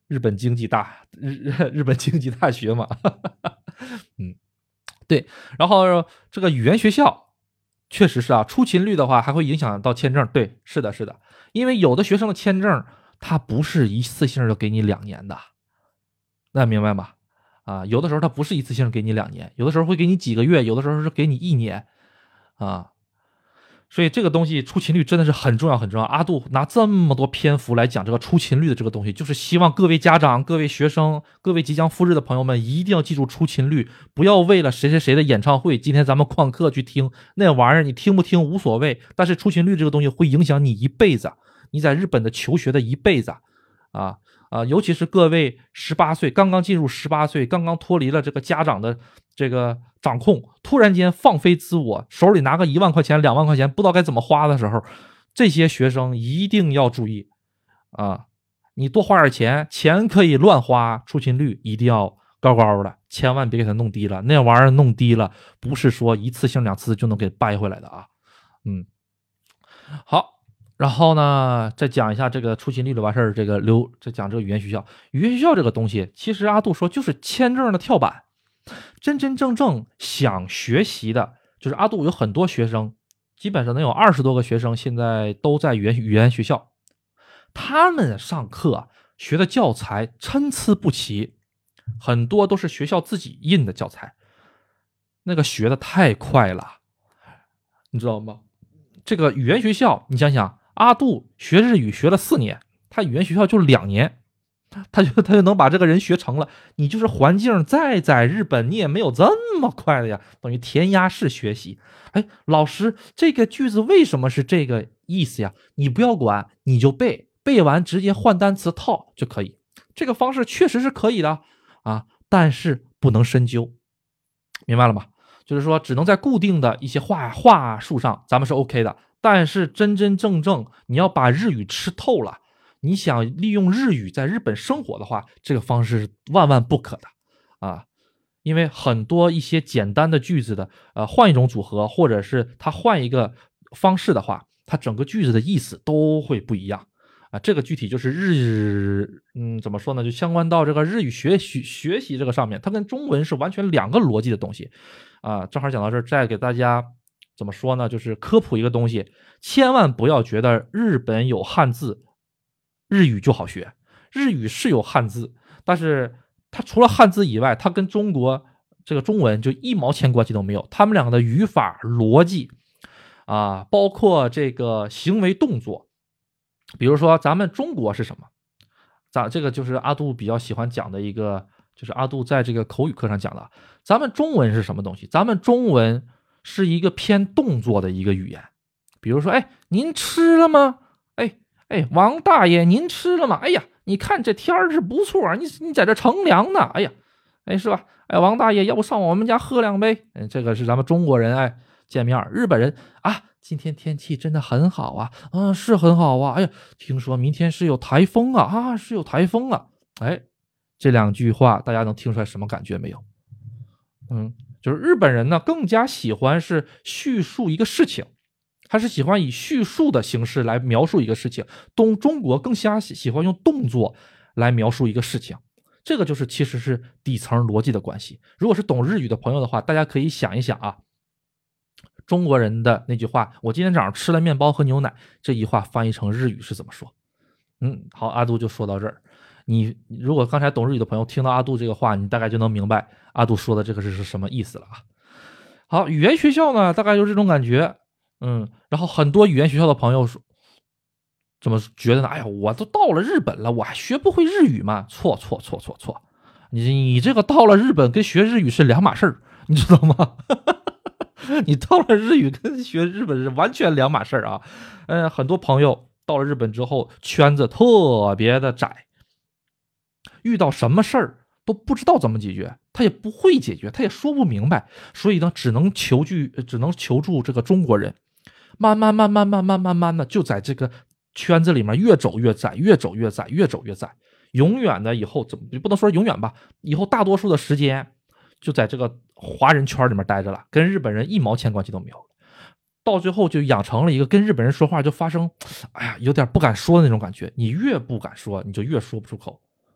日本经济大日日本经济大学嘛，嗯，对。然后这个语言学校确实是啊，出勤率的话还会影响到签证。对，是的，是的，因为有的学生的签证它不是一次性就给你两年的，那明白吗？啊，有的时候它不是一次性给你两年，有的时候会给你几个月，有的时候是给你一年啊。所以这个东西出勤率真的是很重要很重要。阿杜拿这么多篇幅来讲这个出勤率的这个东西，就是希望各位家长、各位学生、各位即将赴日的朋友们一定要记住出勤率，不要为了谁谁谁的演唱会，今天咱们旷课去听那玩意儿，你听不听无所谓，但是出勤率这个东西会影响你一辈子，你在日本的求学的一辈子啊。啊，尤其是各位十八岁刚刚进入十八岁，刚刚脱离了这个家长的这个掌控，突然间放飞自我，手里拿个一万块钱、两万块钱，不知道该怎么花的时候，这些学生一定要注意啊！你多花点钱，钱可以乱花，出勤率一定要高高的，千万别给它弄低了。那玩意儿弄低了，不是说一次性两次就能给掰回来的啊。嗯，好。然后呢，再讲一下这个出勤率的完事儿。这个留再讲这个语言学校，语言学校这个东西，其实阿杜说就是签证的跳板。真真正正想学习的，就是阿杜有很多学生，基本上能有二十多个学生，现在都在语言语言学校。他们上课学的教材参差不齐，很多都是学校自己印的教材，那个学的太快了，你知道吗？这个语言学校，你想想。阿杜学日语学了四年，他语言学校就两年，他就他就能把这个人学成了。你就是环境再在日本，你也没有这么快的呀，等于填鸭式学习。哎，老师，这个句子为什么是这个意思呀？你不要管，你就背，背完直接换单词套就可以。这个方式确实是可以的啊，但是不能深究，明白了吗？就是说，只能在固定的一些话话术上，咱们是 OK 的。但是真真正正你要把日语吃透了，你想利用日语在日本生活的话，这个方式是万万不可的啊！因为很多一些简单的句子的，呃，换一种组合，或者是他换一个方式的话，它整个句子的意思都会不一样啊。这个具体就是日，嗯，怎么说呢？就相关到这个日语学习学习这个上面，它跟中文是完全两个逻辑的东西啊。正好讲到这儿，再给大家。怎么说呢？就是科普一个东西，千万不要觉得日本有汉字，日语就好学。日语是有汉字，但是它除了汉字以外，它跟中国这个中文就一毛钱关系都没有。他们两个的语法逻辑啊，包括这个行为动作，比如说咱们中国是什么？咱这个就是阿杜比较喜欢讲的一个，就是阿杜在这个口语课上讲的。咱们中文是什么东西？咱们中文是一个偏动作的一个语言，比如说，哎，您吃了吗？哎哎，王大爷，您吃了吗？哎呀，你看这天儿是不错，你你在这乘凉呢？哎呀，哎是吧？哎，王大爷，要不上我们家喝两杯？哎，这个是咱们中国人，哎，见面，日本人啊，今天天气真的很好啊，啊，是很好啊。哎呀，听说明天是有台风啊，啊，是有台风啊。哎，这两句话大家能听出来什么感觉没有？嗯。就是日本人呢，更加喜欢是叙述一个事情，他是喜欢以叙述的形式来描述一个事情。东中国更加喜欢用动作来描述一个事情，这个就是其实是底层逻辑的关系。如果是懂日语的朋友的话，大家可以想一想啊，中国人的那句话“我今天早上吃了面包和牛奶”这一话翻译成日语是怎么说？嗯，好，阿杜就说到这儿。你如果刚才懂日语的朋友听到阿杜这个话，你大概就能明白阿杜说的这个是什么意思了啊。好，语言学校呢，大概就是这种感觉。嗯，然后很多语言学校的朋友说，怎么觉得呢？哎呀，我都到了日本了，我还学不会日语吗？错错错错错，你你这个到了日本跟学日语是两码事儿，你知道吗？你到了日语跟学日本是完全两码事儿啊。嗯，很多朋友到了日本之后，圈子特别的窄。遇到什么事儿都不知道怎么解决，他也不会解决，他也说不明白，所以呢，只能求助，只能求助这个中国人。慢慢慢慢慢慢慢慢的，就在这个圈子里面越走越窄，越走越窄，越走越窄。永远的以后怎么不能说永远吧？以后大多数的时间就在这个华人圈里面待着了，跟日本人一毛钱关系都没有。到最后就养成了一个跟日本人说话就发生，哎呀，有点不敢说的那种感觉。你越不敢说，你就越说不出口。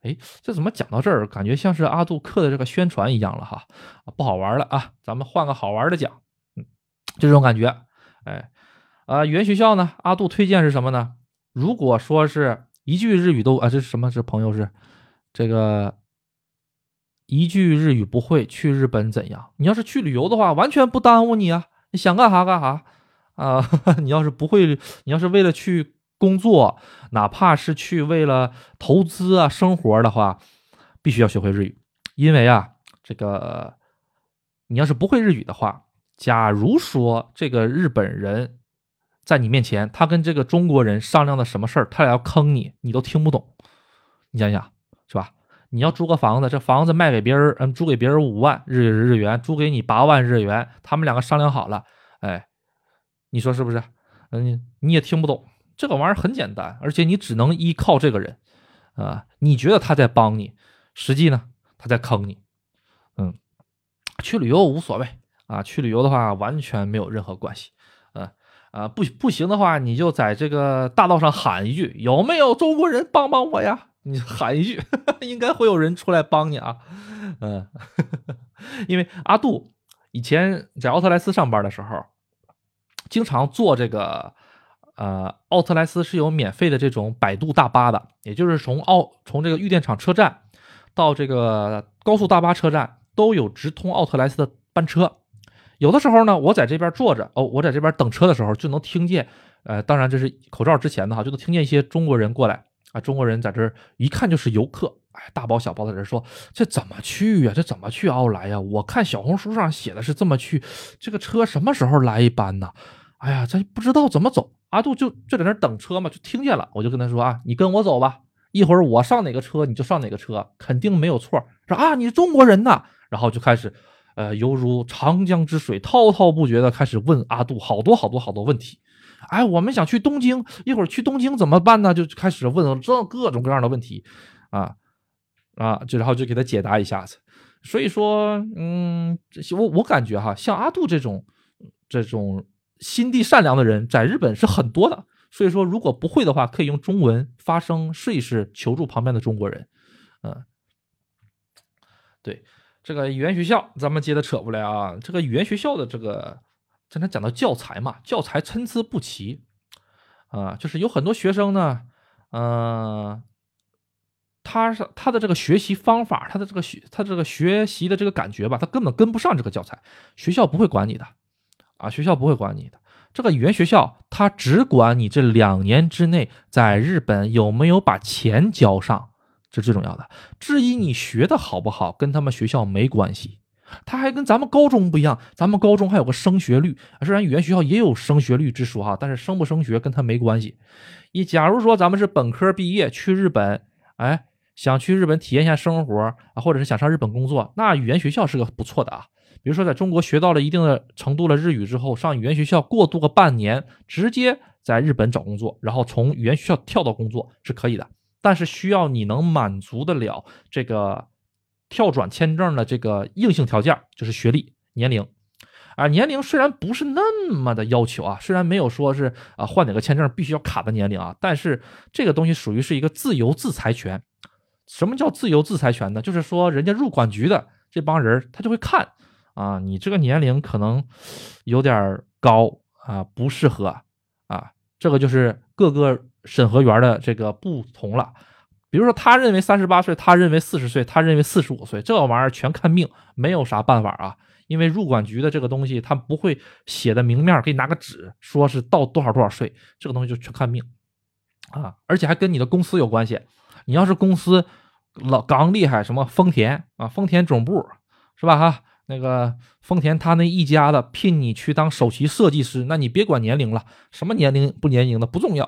哎，这怎么讲到这儿，感觉像是阿杜课的这个宣传一样了哈，不好玩了啊，咱们换个好玩的讲，嗯，这种感觉，哎，啊，语言学校呢，阿杜推荐是什么呢？如果说是一句日语都啊，这是什么？这朋友是这个一句日语不会，去日本怎样？你要是去旅游的话，完全不耽误你啊，你想干啥干啥啊。你要是不会，你要是为了去工作，哪怕是去为了投资啊、生活的话，必须要学会日语，因为啊，这个你要是不会日语的话，假如说这个日本人在你面前，他跟这个中国人商量的什么事儿，他俩要坑你，你都听不懂，你想想是吧？你要租个房子，这房子卖给别人，嗯，租给别人五万日日元，租给你八万日元，他们两个商量好了，哎，你说是不是？嗯，你也听不懂，这个玩意儿很简单，而且你只能依靠这个人啊，你觉得他在帮你，实际呢他在坑你。嗯，去旅游无所谓啊，去旅游的话完全没有任何关系。啊啊，不不行的话，你就在这个大道上喊一句：“有没有中国人帮帮我呀？”你喊一句，应该会有人出来帮你啊。嗯，因为阿杜以前在奥特莱斯上班的时候，经常坐这个呃奥特莱斯是有免费的这种摆渡大巴的，也就是从奥从这个玉电厂车站到这个高速大巴车站都有直通奥特莱斯的班车。有的时候呢，我在这边坐着，哦，我在这边等车的时候，就能听见，呃，当然这是口罩之前的哈，就能听见一些中国人过来啊，中国人在这儿一看就是游客，哎，大包小包的人说，这怎么去呀、啊？这怎么去奥莱呀？我看小红书上写的是这么去，这个车什么时候来一班呢？哎呀，这不知道怎么走。阿杜就就在那儿等车嘛，就听见了，我就跟他说啊，你跟我走吧，一会儿我上哪个车你就上哪个车，肯定没有错。说啊，你是中国人呐，然后就开始。呃，犹如长江之水，滔滔不绝的开始问阿杜好多好多好多问题。哎，我们想去东京，一会儿去东京怎么办呢？就开始问这各种各样的问题，啊啊，就然后就给他解答一下子。所以说，嗯，我我感觉哈，像阿杜这种这种心地善良的人，在日本是很多的。所以说，如果不会的话，可以用中文发声试一试，求助旁边的中国人。嗯，对。这个语言学校，咱们接着扯过来啊。这个语言学校的这个，刚才讲到教材嘛，教材参差不齐啊，就是有很多学生呢，呃，他是他的这个学习方法，他的这个学他这个学习的这个感觉吧，他根本跟不上这个教材，学校不会管你的啊，学校不会管你的。这个语言学校，他只管你这两年之内在日本有没有把钱交上。这是最重要的。至于你学的好不好，跟他们学校没关系。他还跟咱们高中不一样，咱们高中还有个升学率，虽然语言学校也有升学率之说哈，但是升不升学跟他没关系。你假如说咱们是本科毕业去日本，哎，想去日本体验一下生活啊，或者是想上日本工作，那语言学校是个不错的啊。比如说在中国学到了一定的程度的日语之后，上语言学校过渡个半年，直接在日本找工作，然后从语言学校跳到工作是可以的。但是需要你能满足得了这个跳转签证的这个硬性条件，就是学历、年龄啊。年龄虽然不是那么的要求啊，虽然没有说是啊换哪个签证必须要卡的年龄啊，但是这个东西属于是一个自由自裁权。什么叫自由自裁权呢？就是说人家入管局的这帮人他就会看啊，你这个年龄可能有点高啊，不适合啊。这个就是各个审核员的这个不同了。比如说他认为三十八岁，他认为四十岁，他认为四十五岁，这玩意儿全看命，没有啥办法啊。因为入管局的这个东西他不会写的明面，给你拿个纸说是到多少多少岁，这个东西就全看命啊，而且还跟你的公司有关系。你要是公司老刚厉害，什么丰田啊，丰田总部是吧哈，那个丰田他那一家的聘你去当首席设计师，那你别管年龄了，什么年龄不年龄的不重要。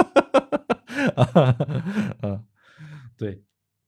嗯，对，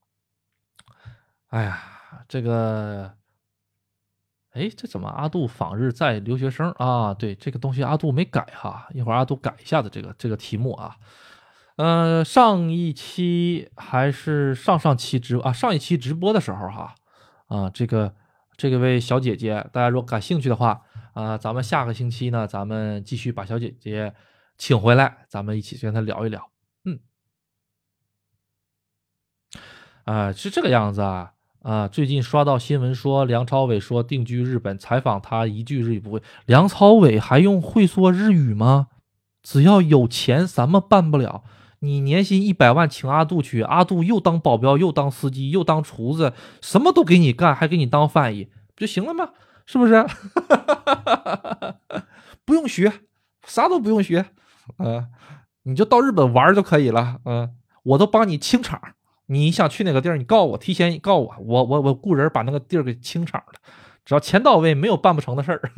哎呀，这个，哎，这怎么阿杜访日在留学生啊？对，这个东西阿杜没改哈，一会儿阿杜改一下子这个这个题目啊。呃，上一期还是上上期直啊，上一期直播的时候哈，啊，这个这个位小姐姐，大家如果感兴趣的话，啊，咱们下个星期呢，咱们继续把小姐姐请回来，咱们一起跟她聊一聊。嗯， 啊，是这个样子啊。啊，最近刷到新闻说梁朝伟说定居日本，采访他一句日语不会。梁朝伟还用会说日语吗？只要有钱，什么办不了？你年薪一百万，请阿杜去，阿杜又当保镖，又当司机，又当厨子，什么都给你干，还给你当翻译，不就行了吗？是不是？不用学，啥都不用学，呃，你就到日本玩就可以了，嗯、呃，我都帮你清场。你想去哪个地儿，你告诉我，提前告诉我，我我我雇人把那个地儿给清场了，只要钱到位，没有办不成的事儿。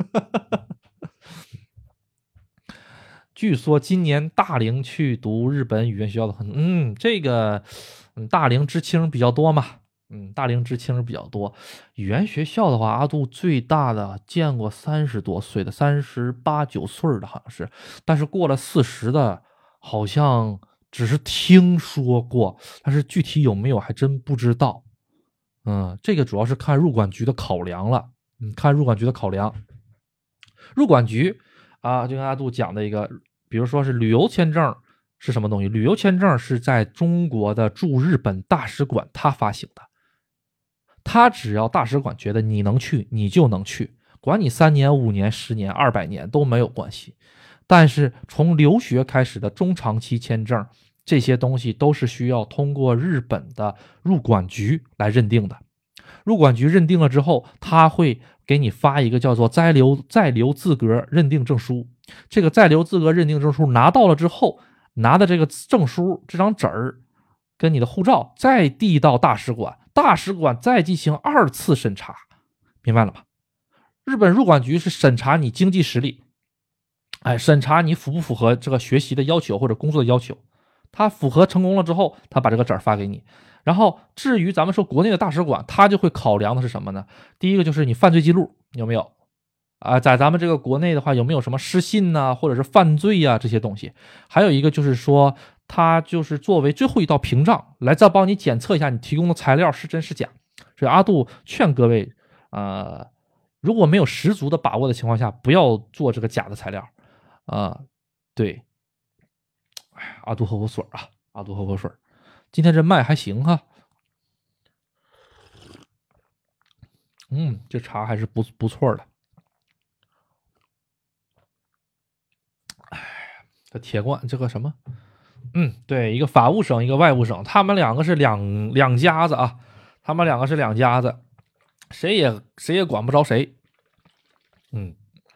据说今年大龄去读日本语言学校的很，嗯，这个，嗯，大龄知青比较多嘛，嗯，大龄知青比较多。语言学校的话，阿杜最大的见过三十多岁的，三十八九岁的好像是，但是过了四十的，好像只是听说过，但是具体有没有还真不知道。嗯，这个主要是看入管局的考量了，嗯，看入管局的考量。入管局啊，就跟阿杜讲的一个，比如说是旅游签证是什么东西？旅游签证是在中国的驻日本大使馆他发行的，他只要大使馆觉得你能去，你就能去，管你三年、五年、十年、二百年都没有关系。但是从留学开始的中长期签证，这些东西都是需要通过日本的入管局来认定的。入管局认定了之后，他会给你发一个叫做在留在留资格认定证书。这个在留资格认定证书拿到了之后，拿的这个证书这张纸儿跟你的护照再递到大使馆，大使馆再进行二次审查，明白了吗？日本入管局是审查你经济实力，哎，审查你符不符合这个学习的要求或者工作的要求。他符合成功了之后，他把这个纸发给你。然后至于咱们说国内的大使馆，他就会考量的是什么呢？第一个就是你犯罪记录有没有啊、呃，在咱们这个国内的话，有没有什么失信呐、啊，或者是犯罪呀、啊、这些东西？还有一个就是说，他就是作为最后一道屏障，来再帮你检测一下你提供的材料是真是假。所以阿杜劝各位，呃，如果没有十足的把握的情况下，不要做这个假的材料啊、呃。对，哎，阿杜喝口水啊，阿杜喝口水。今天这麦还行哈，嗯，这茶还是不不错的。哎，这铁罐这个什么？嗯，对，一个法务省，一个外务省，他们两个是两两家子啊，他们两个是两家子，谁也谁也管不着谁。嗯，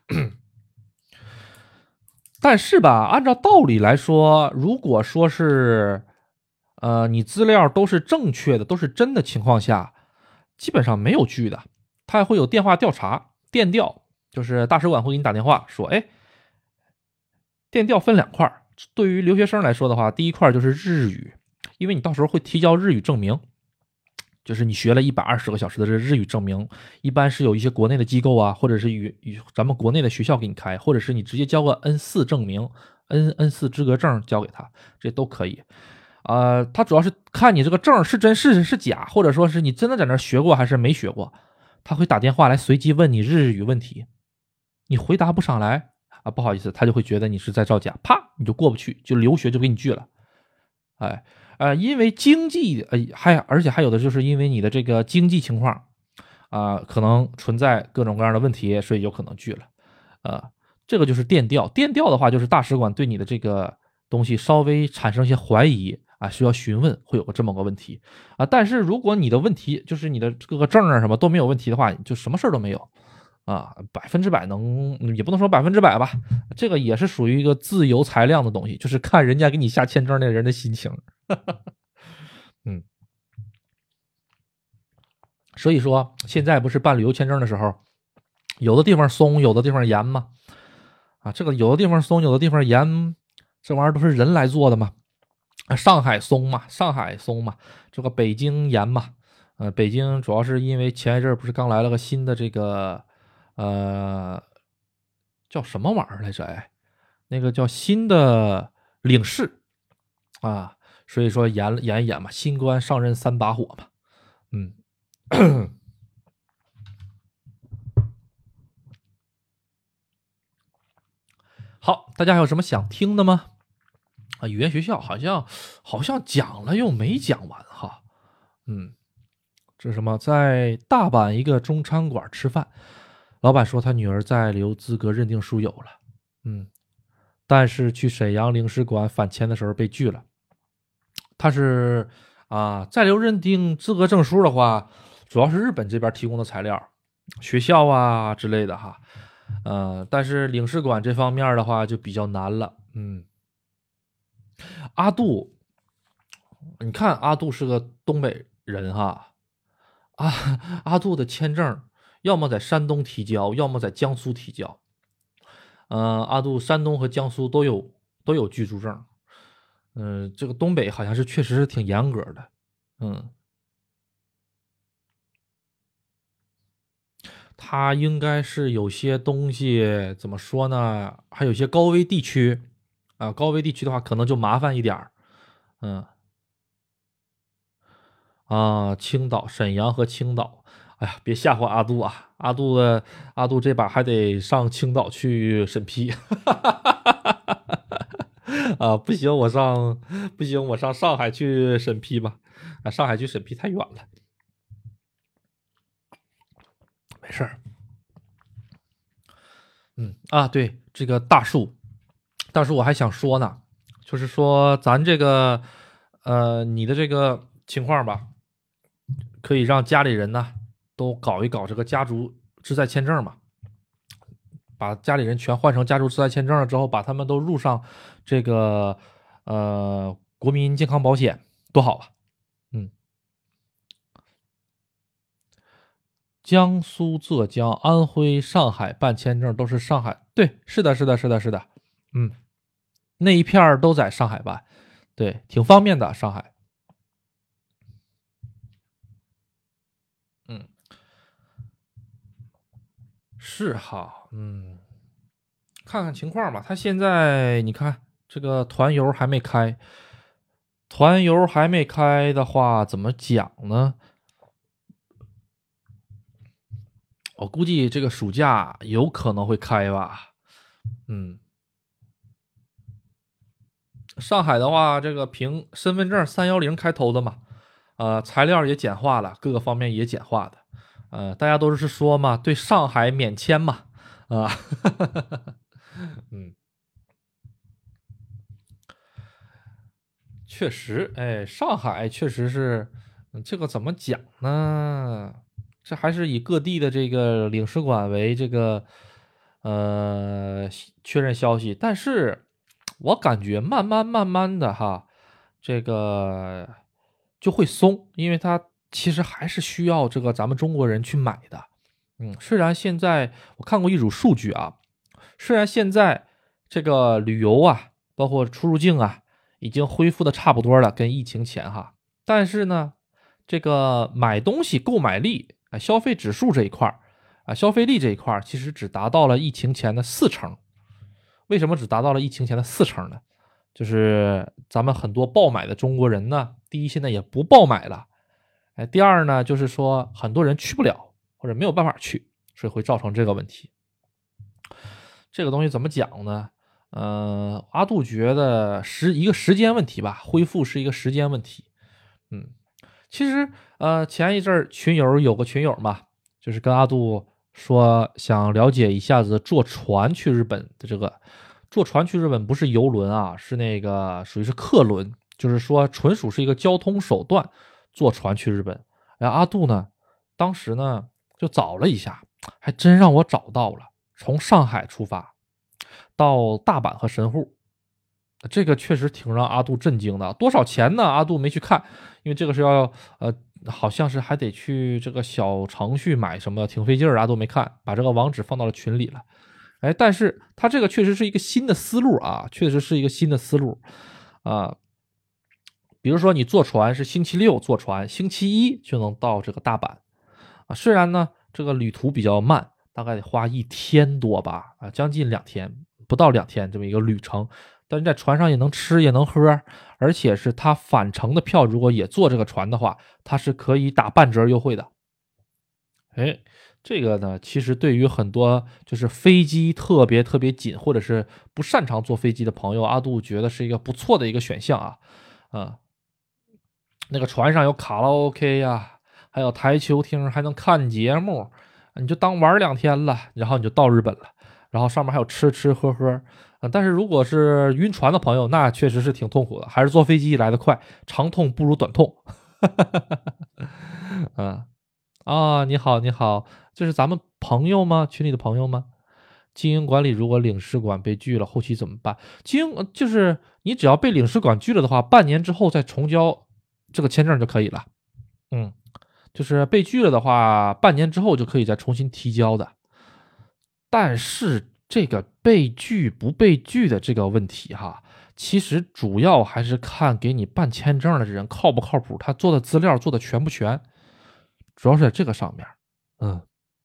但是吧，按照道理来说，如果说是呃你资料都是正确的，都是真的情况下，基本上没有拒的，他会有电话调查，电调，就是大使馆会给你打电话说，哎，电调分两块，对于留学生来说的话，第一块就是日语，因为你到时候会提交日语证明，就是你学了一百二十个小时的日语证明，一般是有一些国内的机构啊，或者是与与咱们国内的学校给你开，或者是你直接交个 N 四 证明，N N 四资格证交给他，这都可以。呃，他主要是看你这个证是真是是假，或者说是你真的在那学过还是没学过，他会打电话来随机问你日语问题，你回答不上来啊，不好意思，他就会觉得你是在造假，啪，你就过不去，就留学就给你拒了。哎，呃，因为经济，呃，还而且还有的就是因为你的这个经济情况啊、呃，可能存在各种各样的问题，所以有可能拒了。啊、呃，这个就是电调，电调的话就是大使馆对你的这个东西稍微产生一些怀疑啊，需要询问，会有个这么个问题啊。但是如果你的问题就是你的各个证啊什么都没有问题的话，就什么事都没有。啊，百分之百能也不能说百分之百吧，这个也是属于一个自由裁量的东西，就是看人家给你下签证那人的心情。嗯，所以说现在不是办旅游签证的时候，有的地方松，有的地方严嘛。啊，这个有的地方松，有的地方严，这玩意儿都是人来做的嘛。上海松嘛，上海松嘛，这个北京严嘛。呃，北京主要是因为前一阵不是刚来了个新的这个。呃，叫什么玩意儿来着？哎，那个叫新的领事啊，所以说演演一演嘛，新官上任三把火嘛，嗯，好，大家还有什么想听的吗？啊，语言学校好像好像讲了又没讲完哈， 嗯，这是什么？在大阪一个中餐馆吃饭，老板说他女儿在留资格认定书有了，嗯，但是去沈阳领事馆返签的时候被拒了。他是啊，在留认定资格证书的话，主要是日本这边提供的材料，学校啊之类的哈，呃，但是领事馆这方面的话就比较难了。嗯，阿杜，你看阿杜是个东北人哈，啊，阿杜的签证要么在山东提交，要么在江苏提交。嗯、呃，阿杜山东和江苏都有都有居住证。嗯、呃，这个东北好像是确实是挺严格的。嗯，它应该是有些东西怎么说呢？还有一些高危地区啊，高危地区的话可能就麻烦一点儿。嗯啊，青岛、沈阳和青岛。哎呀，别吓唬阿杜啊！阿杜的阿杜这把还得上青岛去审批。啊，不行，我上不行，我上上海去审批吧。啊，上海去审批太远了。没事儿。嗯啊，对，这个大树，大树我还想说呢，就是说咱这个呃，你的这个情况吧，可以让家里人呢都搞一搞这个家族志在签证嘛，把家里人全换成家族志在签证了之后，把他们都入上这个呃国民健康保险，多好啊！嗯，江苏、浙江、安徽、上海办签证都是上海，对，是的，是的，是的，是的。嗯，那一片儿都在上海办，对，挺方便的。上海，嗯，是哈，嗯，看看情况吧。他现在你看这个团游还没开，团游还没开的话，怎么讲呢？我估计这个暑假有可能会开吧。嗯，上海的话，这个凭身份证三幺零开头的嘛，呃，材料也简化了，各个方面也简化的。呃，大家都是说嘛，对上海免签嘛，啊，嗯，确实，哎，上海确实是，嗯这个怎么讲呢？这还是以各地的这个领事馆为这个呃确认消息，但是我感觉慢慢慢慢的哈，这个就会松，因为它其实还是需要这个咱们中国人去买的。嗯，虽然现在我看过一组数据啊，虽然现在这个旅游啊，包括出入境啊，已经恢复的差不多了，跟疫情前哈，但是呢，这个买东西购买力啊，消费指数这一块啊，消费力这一块其实只达到了疫情前的四成。为什么只达到了疫情前的四成呢？就是咱们很多爆买的中国人呢，第一现在也不爆买了，哎，第二呢，就是说很多人去不了或者没有办法去，所以会造成这个问题。这个东西怎么讲呢？呃，阿杜觉得时一个时间问题吧，恢复是一个时间问题。嗯，其实呃前一阵儿群友有个群友嘛，就是跟阿杜说想了解一下子坐船去日本的这个，坐船去日本不是游轮啊，是那个属于是客轮，就是说纯属是一个交通手段，坐船去日本。然后阿杜呢，当时呢就找了一下，还真让我找到了，从上海出发到大阪和神户，这个确实挺让阿杜震惊的。多少钱呢？阿杜没去看，因为这个是要呃，好像是还得去这个小程序买什么，挺费劲儿。阿杜没看，把这个网址放到了群里了。哎，但是他这个确实是一个新的思路啊，确实是一个新的思路啊。比如说你坐船是星期六坐船，星期一就能到这个大阪啊。虽然呢这个旅途比较慢，大概得花一天多吧，啊，将近两天，不到两天这么一个旅程。但是在船上也能吃也能喝，而且是他返程的票，如果也坐这个船的话，它是可以打半折优惠的。哎，这个呢，其实对于很多就是飞机特别特别紧，或者是不擅长坐飞机的朋友，阿杜觉得是一个不错的一个选项啊。啊， 那个船上有卡拉 OK 呀，还有台球厅，还能看节目，你就当玩两天了，然后你就到日本了，然后上面还有吃吃喝喝。呃但是如果是晕船的朋友，那确实是挺痛苦的，还是坐飞机来得快，长痛不如短痛。嗯啊，你好，你好，这是咱们朋友吗？群里的朋友吗？经营管理如果领事馆被拒了，后期怎么办？经营就是你只要被领事馆拒了的话，半年之后再重交这个签证就可以了。嗯，就是被拒了的话，半年之后就可以再重新提交的。但是这个被拒不被拒的这个问题哈，其实主要还是看给你办签证的人靠不靠谱，他做的资料做的全不全，主要是在这个上面。嗯。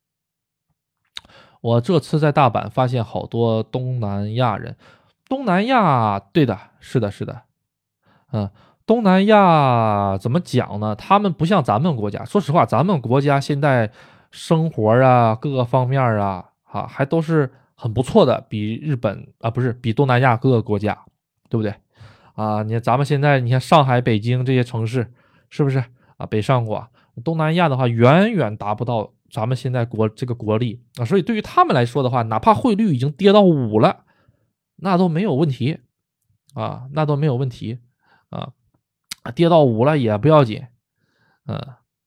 我这次在大阪发现好多东南亚人，东南亚，对的，是的，是的，嗯，东南亚怎么讲呢？他们不像咱们国家，说实话，咱们国家现在生活啊，各个方面啊，啊，还都是很不错的，比日本啊，不是比东南亚各个国家，对不对？啊，你看咱们现在，你看上海、北京这些城市，是不是啊？北上广，东南亚的话，远远达不到咱们现在国这个国力啊，所以对于他们来说的话，哪怕汇率已经跌到五了，那都没有问题啊，那都没有问题啊，跌到五了也不要紧，嗯，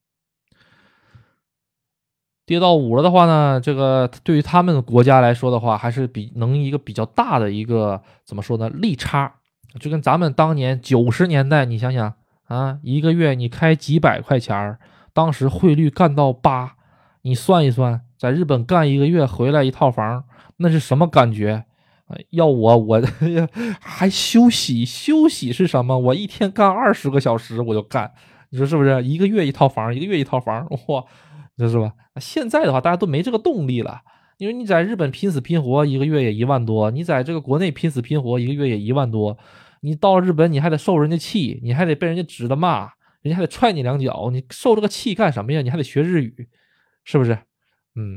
跌到五了的话呢，这个对于他们国家来说的话，还是比能一个比较大的一个怎么说呢利差，就跟咱们当年九十年代，你想想啊，一个月你开几百块钱，当时汇率干到八，你算一算，在日本干一个月回来一套房，那是什么感觉？要我我还休息休息是什么？我一天干二十个小时我就干，你说是不是？一个月一套房，一个月一套房，哇，这是吧？现在的话，大家都没这个动力了，因为你在日本拼死拼活，一个月也一万多；你在这个国内拼死拼活，一个月也一万多。你到日本，你还得受人家气，你还得被人家指着骂，人家还得踹你两脚，你受这个气干什么呀？你还得学日语，是不是？嗯，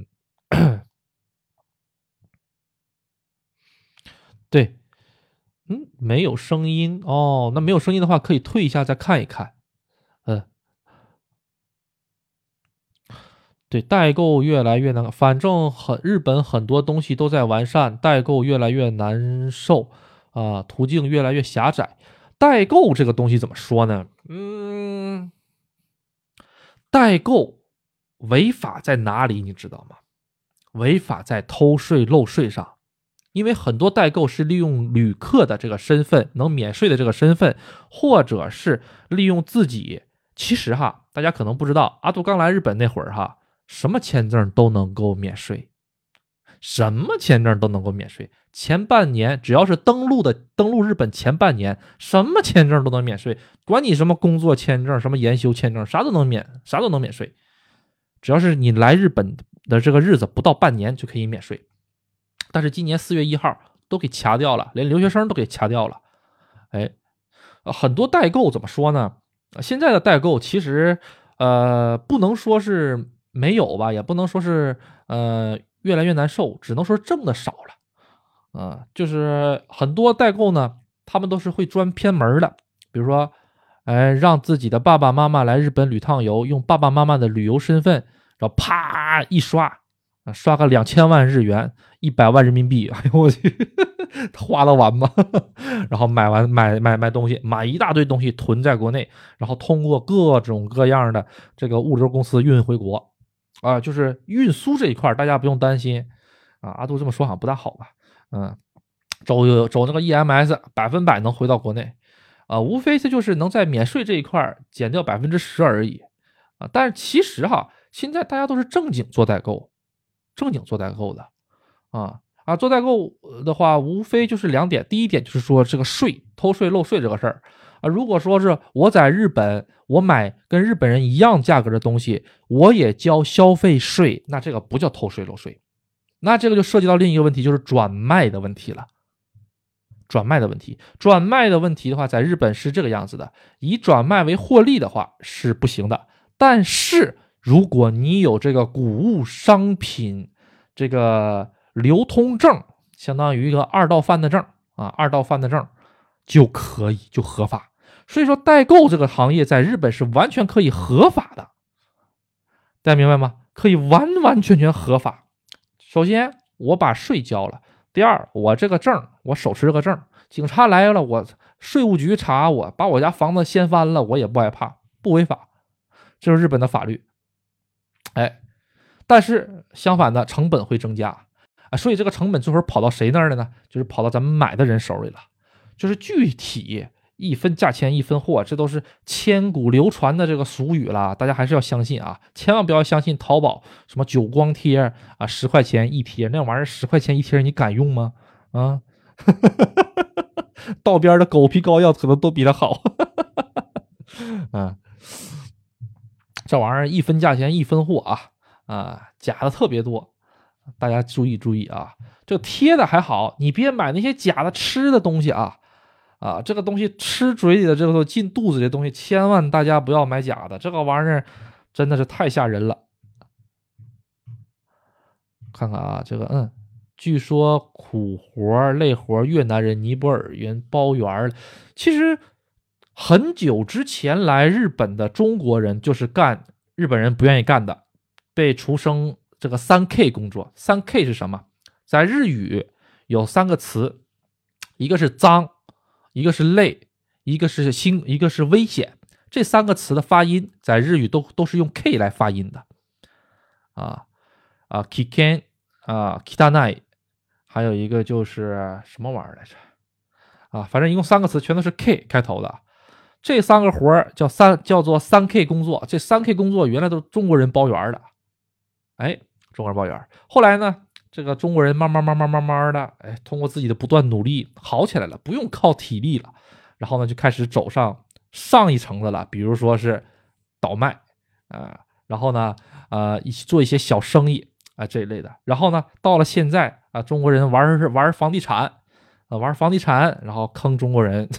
对，嗯，没有声音哦，那没有声音的话，可以退一下再看一看。嗯，对，代购越来越难，反正很日本很多东西都在完善，代购越来越难受啊，途径越来越狭窄。代购这个东西怎么说呢？嗯，代购违法在哪里？你知道吗？违法在偷税漏税上。因为很多代购是利用旅客的这个身份，能免税的这个身份，或者是利用自己。其实哈，大家可能不知道，阿杜刚来日本那会儿哈，什么签证都能够免税，什么签证都能够免税。前半年只要是登陆的，登陆日本前半年，什么签证都能免税，管你什么工作签证、什么研修签证，啥都能免，啥都能免税。只要是你来日本的这个日子不到半年就可以免税。但是今年四月一号都给掐掉了，连留学生都给掐掉了。哎，很多代购怎么说呢？现在的代购其实呃不能说是没有吧，也不能说是呃越来越难受，只能说挣的少了。啊、呃，就是很多代购呢，他们都是会钻偏门的，比如说，哎，让自己的爸爸妈妈来日本旅趟游，用爸爸妈妈的旅游身份，然后啪一刷，刷个两千万日元，一百万人民币，哎呦我去，花得完吗？然后买完买买买东西，买一大堆东西囤在国内，然后通过各种各样的这个物流公司运回国，啊，就是运输这一块大家不用担心啊。阿杜这么说好像不大好吧？嗯，走走那个 E M S，百分百能回到国内，啊，无非这就是能在免税这一块减掉百分之十而已，啊，但是其实哈，现在大家都是正经做代购。正经做代购的啊啊，做代购的话，无非就是两点。第一点就是说这个税偷税漏税这个事儿啊，如果说是我在日本，我买跟日本人一样价格的东西，我也交消费税，那这个不叫偷税漏税，那这个就涉及到另一个问题，就是转卖的问题了。转卖的问题，转卖的问题的话，在日本是这个样子的，以转卖为获利的话是不行的，但是。如果你有这个谷物商品这个流通证，相当于一个二道贩的证啊，二道贩的证就可以就合法。 所以说代购这个行业在日本是完全可以合法的，大家明白吗？可以完完全全合法。首先我把税交了，第二我这个证我手持这个证，警察来了，我税务局查我，把我家房子掀翻了，我也不害怕，不违法，这是日本的法律。哎，但是相反的成本会增加啊，所以这个成本最后跑到谁那儿了呢？就是跑到咱们买的人手里了。就是具体一分价钱一分货，这都是千古流传的这个俗语了，大家还是要相信啊，千万不要相信淘宝什么久光贴啊，十块钱一贴，那玩意儿十块钱一贴，你敢用吗？啊，道边的狗皮膏药可能都比它好。啊，这玩意儿一分价钱一分货啊啊，假的特别多，大家注意注意啊。这个贴的还好，你别买那些假的吃的东西啊。啊，这个东西吃嘴里的，这个进肚子里的东西，千万大家不要买假的，这个玩意儿真的是太吓人了。看看啊，这个嗯，据说苦活累活越南人尼泊尔人包圆，其实很久之前来日本的中国人就是干日本人不愿意干的，被厨生这个三 K 工作。三 K 是什么？在日语有三个词，一个是脏，一个是累，一个是辛，一个是危险。这三个词的发音在日语都都是用 K 来发音的。啊啊 ，kiken 啊 ，kitanai， 还有一个就是什么玩意儿来着？啊，反正一共三个词，全都是 K 开头的。这三个活叫三叫做三 K 工作。这三 K 工作原来都是中国人包圆的，哎，中国人包圆。后来呢？这个中国人慢慢慢慢慢慢的，哎，通过自己的不断努力好起来了，不用靠体力了，然后呢就开始走上上一层的了，比如说是倒卖啊、呃，然后呢呃一起做一些小生意啊、呃、这一类的，然后呢到了现在啊、呃，中国人玩玩房地产啊、呃、玩房地产，然后坑中国人。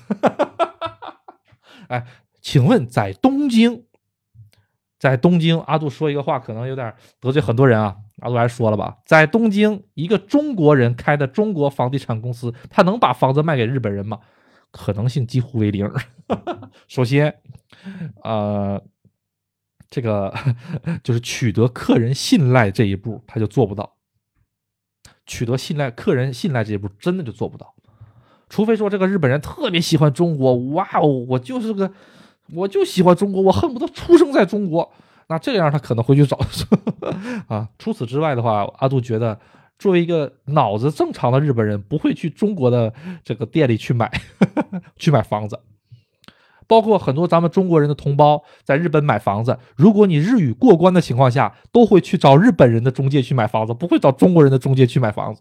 哎，请问在东京，在东京，阿杜说一个话可能有点得罪很多人啊。阿杜还说了吧，在东京，一个中国人开的中国房地产公司，他能把房子卖给日本人吗？可能性几乎为零。首先，呃，这个就是取得客人信赖这一步，他就做不到。取得信赖客人信赖这一步，真的就做不到。除非说这个日本人特别喜欢中国，哇哦，我就是个，我就喜欢中国，我恨不得出生在中国。那这样他可能会去找啊。除此之外的话，阿杜觉得作为一个脑子正常的日本人，不会去中国的这个店里去买去买房子。包括很多咱们中国人的同胞在日本买房子，如果你日语过关的情况下，都会去找日本人的中介去买房子，不会找中国人的中介去买房子。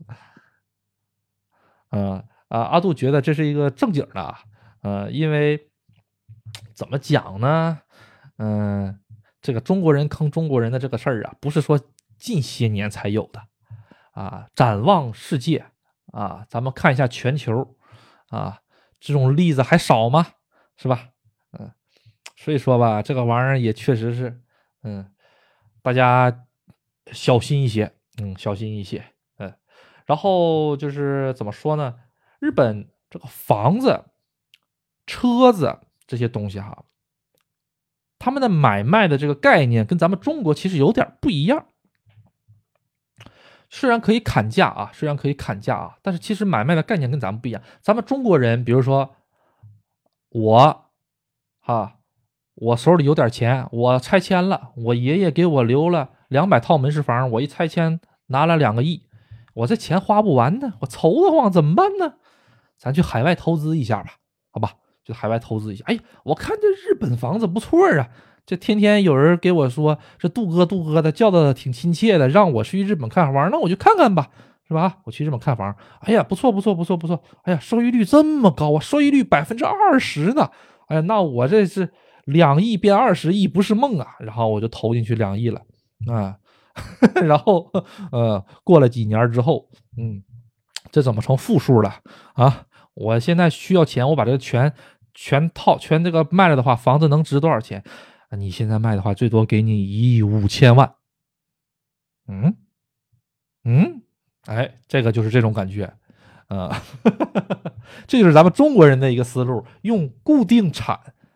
嗯啊，阿杜觉得这是一个正经的，呃，因为怎么讲呢？嗯、呃。这个中国人坑中国人的这个事儿啊，不是说近些年才有的啊。展望世界啊，咱们看一下全球啊，这种例子还少吗？是吧？嗯，所以说吧，这个玩意儿也确实是，嗯，大家小心一些，嗯，小心一些，嗯。然后就是怎么说呢？日本这个房子、车子这些东西哈。他们的买卖的这个概念跟咱们中国其实有点不一样，虽然可以砍价啊，虽然可以砍价啊，但是其实买卖的概念跟咱们不一样。咱们中国人，比如说我，啊，我手里有点钱，我拆迁了，我爷爷给我留了两百套门市房，我一拆迁拿了两个亿，我这钱花不完呢，我愁得慌，怎么办呢？咱去海外投资一下吧，好吧？就海外投资一下，哎，我看这日本房子不错啊，这天天有人给我说这杜哥杜哥的，叫的挺亲切的，让我去日本看房，那我就看看吧，是吧？我去日本看房，哎呀，不错不错不错不错，哎呀，收益率这么高啊，收益率百分之二十呢，哎呀，那我这是两亿变二十亿不是梦啊，然后我就投进去两亿了啊，然后呃，过了几年之后，嗯，这怎么成负数了啊？我现在需要钱，我把这个全。全套全这个卖了的话，房子能值多少钱？你现在卖的话，最多给你一亿五千万。嗯嗯，哎，这个就是这种感觉，啊、呃，这就是咱们中国人的一个思路，用固定产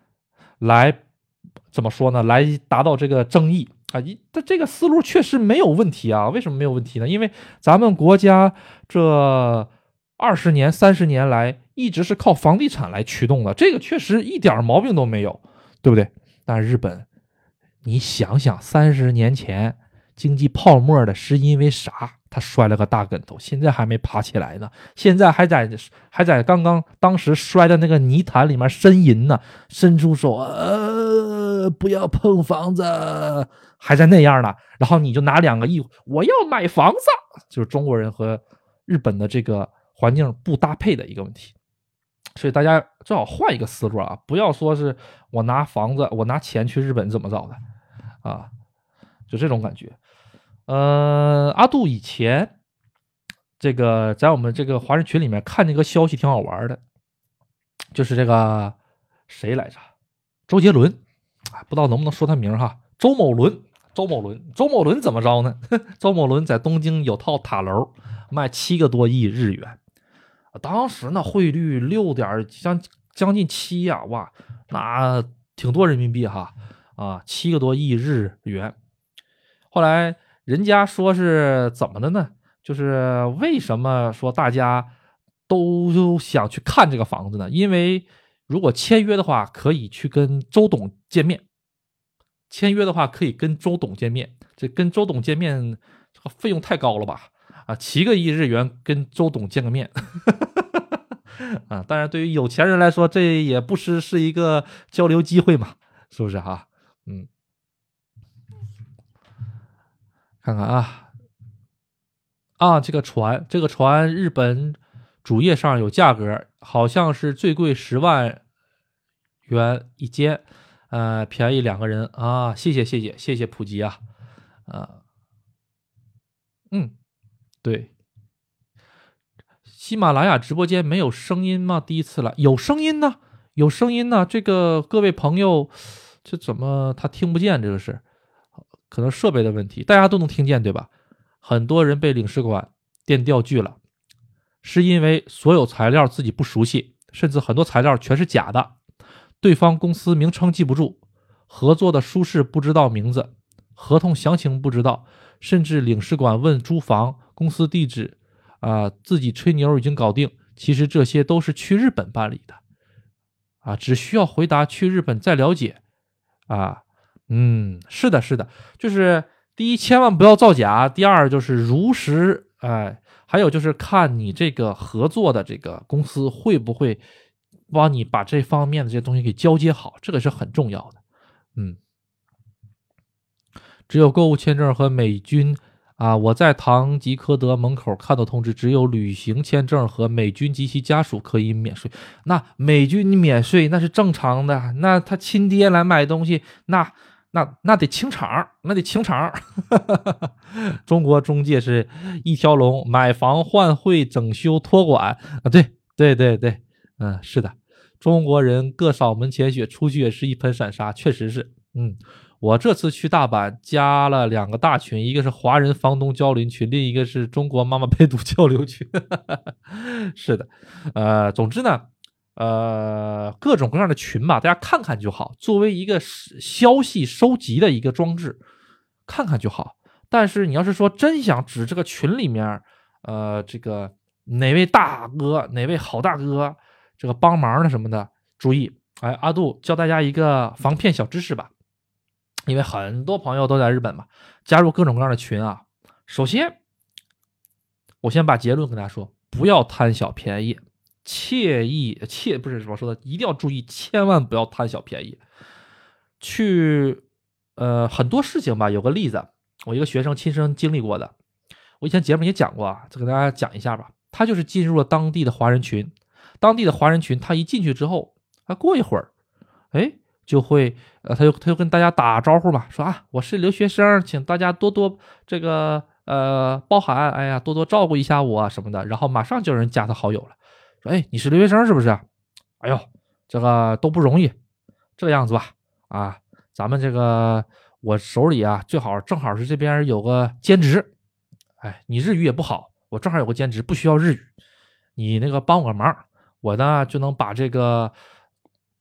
来怎么说呢？来达到这个争议啊，一这这个思路确实没有问题啊。为什么没有问题呢？因为咱们国家这二十年、三十年来一直是靠房地产来驱动的，这个确实一点毛病都没有，对不对？但日本，你想想，三十年前经济泡沫的是因为啥？他摔了个大跟头，现在还没爬起来呢，现在还在还在刚刚当时摔的那个泥潭里面呻吟呢，伸出手，呃，不要碰房子，还在那样呢。然后你就拿两个亿，我要买房子，就是中国人和日本的这个环境不搭配的一个问题。所以大家最好换一个思路啊，不要说是我拿房子，我拿钱去日本怎么着的啊，就这种感觉。呃，阿杜以前这个在我们这个华人群里面看那个消息挺好玩的，就是这个谁来着？周杰伦，不知道能不能说他名哈？周某伦，周某伦，周某伦怎么着呢？周某伦在东京有套塔楼，卖七个多亿日元，当时那汇率六点将将近七呀、啊，哇，那挺多人民币哈啊，七个多亿日元。后来人家说是怎么的呢？就是为什么说大家都想去看这个房子呢？因为如果签约的话，可以去跟周董见面。签约的话，可以跟周董见面。这跟周董见面，这个费用太高了吧？啊，七个亿日元跟周董见个面。啊，当然，对于有钱人来说，这也不失是一个交流机会嘛，是不是哈？嗯。看看啊啊，这个船，这个船日本主页上有价格，好像是最贵十万元一间，呃，便宜两个人啊。谢谢谢谢谢谢普及啊，啊，嗯，对，喜马拉雅直播间没有声音吗？第一次来，有声音呢，有声音呢。这个各位朋友，这怎么他听不见？这个是可能设备的问题，大家都能听见对吧？很多人被领事馆电调拒了，是因为所有材料自己不熟悉，甚至很多材料全是假的，对方公司名称记不住，合作的书室不知道名字，合同详情不知道，甚至领事馆问租房公司地址啊、呃，自己吹牛已经搞定，其实这些都是去日本办理的啊，只需要回答去日本再了解啊。嗯，是的，是的，就是第一，千万不要造假；第二，就是如实，哎，还有就是看你这个合作的这个公司会不会帮你把这方面的这些东西给交接好，这个是很重要的。嗯，只有购物签证和美军啊，我在唐吉诃德门口看到通知，只有旅行签证和美军及其家属可以免税。那美军免税那是正常的，那他亲爹来买东西，那。那那得清场，那得清场。中国中介是一条龙，买房换汇整修托管啊，对对对对，嗯，是的，中国人各扫门前雪，出去也是一盆散沙，确实是。嗯，我这次去大阪加了两个大群，一个是华人房东交流群，另一个是中国妈妈陪读交流群。是的，呃，总之呢。呃，各种各样的群吧，大家看看就好，作为一个消息收集的一个装置，看看就好。但是你要是说真想指这个群里面，呃，这个哪位大哥、哪位好大哥，这个帮忙的什么的，注意，哎，阿杜教大家一个防骗小知识吧，因为很多朋友都在日本嘛，加入各种各样的群啊。首先，我先把结论跟大家说，不要贪小便宜。切意切不是什么说的，一定要注意，千万不要贪小便宜。去呃很多事情吧，有个例子，我一个学生亲身经历过的，我以前节目也讲过啊，再给大家讲一下吧。他就是进入了当地的华人群，当地的华人群，他一进去之后，他过一会儿，哎，就会呃，他就他就跟大家打招呼嘛，说啊，我是留学生，请大家多多这个呃包涵，哎呀，多多照顾一下我什么的，然后马上就有人加他好友了。说，哎，你是留学生是不是？哎呦，这个都不容易，这个样子吧，啊，咱们这个我手里啊，最好正好是这边有个兼职，哎，你日语也不好，我正好有个兼职，不需要日语，你那个帮我个忙，我呢就能把这个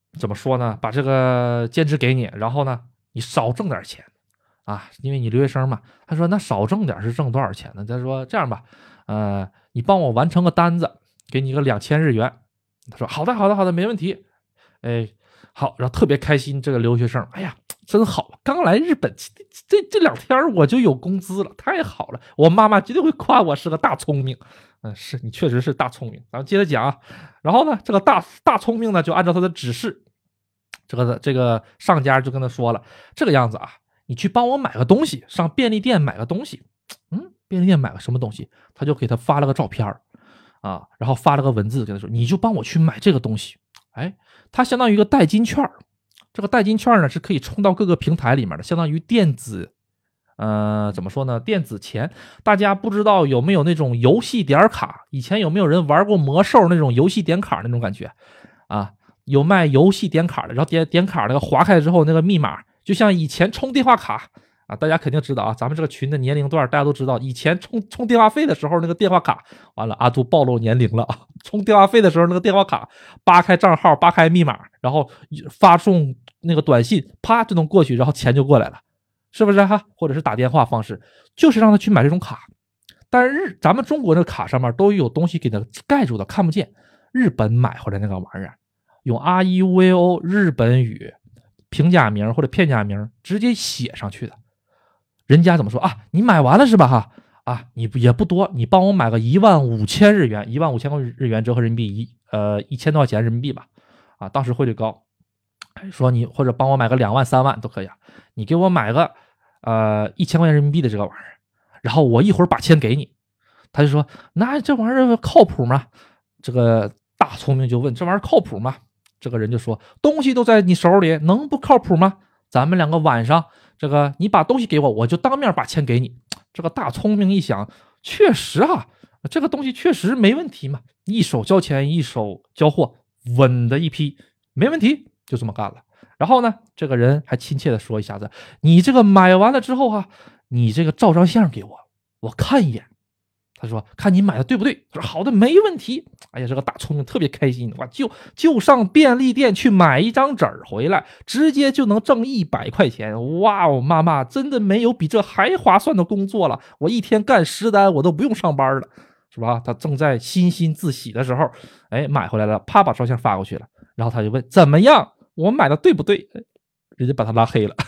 怎么说呢？把这个兼职给你，然后呢，你少挣点钱啊，因为你留学生嘛。他说那少挣点是挣多少钱呢？他说这样吧，呃，你帮我完成个单子，给你个两千日元。他说好的，好的，好的，没问题。哎，好，然后特别开心，这个留学生，哎呀，真好，刚来日本这这这两天我就有工资了，太好了，我妈妈绝对会夸我是个大聪明。嗯，是你确实是大聪明。咱们接着讲啊，然后呢，这个大大聪明呢，就按照他的指示，这个这个上家就跟他说了，这个样子啊，你去帮我买个东西，上便利店买个东西。嗯，便利店买个什么东西？他就给他发了个照片啊，然后发了个文字跟他说，你就帮我去买这个东西。哎，它相当于一个代金券，这个代金券呢是可以充到各个平台里面的，相当于电子，呃，怎么说呢？电子钱。大家不知道有没有那种游戏点卡？以前有没有人玩过魔兽那种游戏点卡那种感觉啊？有卖游戏点卡的，然后点点卡那个划开之后，那个密码就像以前充电话卡啊，大家肯定知道啊，咱们这个群的年龄段大家都知道，以前充充电话费的时候那个电话卡，完了阿杜暴露年龄了啊！充电话费的时候那个电话卡，扒开账号，扒开密码，然后发送那个短信，啪就能过去，然后钱就过来了，是不是哈？或者是打电话方式，就是让他去买这种卡。但是日咱们中国这个卡上面都有东西给它盖住的，看不见。日本买回来那个玩意儿，用 R E V O 日本语平假名或者片假名直接写上去的。人家怎么说啊？你买完了是吧？哈啊，你也不多，你帮我买个一万五千日元，一万五千块日元折合人民币一呃一千多块钱人民币吧，啊，当时汇率高，说你或者帮我买个两万三万都可以啊，你给我买个呃一千块钱人民币的这个玩意儿，然后我一会儿把钱给你。他就说那这玩意儿靠谱吗？这个大聪明就问这玩意儿靠谱吗？这个人就说东西都在你手里，能不靠谱吗？咱们两个晚上。这个你把东西给我，我就当面把钱给你。这个大聪明一想，确实啊，这个东西确实没问题嘛，一手交钱一手交货，稳的一批，没问题，就这么干了。然后呢，这个人还亲切的说一下子，你这个买完了之后啊，你这个照张相给我，我看一眼。他说看你买的对不对？他说好的，没问题。哎呀，这个大聪明特别开心，哇，就就上便利店去买一张纸回来，直接就能挣一百块钱。哇哦，妈妈真的没有比这还划算的工作了，我一天干十单我都不用上班了，是吧？他正在欣欣自喜的时候，哎，买回来了，啪把照相发过去了，然后他就问怎么样，我买的对不对？人家把他拉黑了。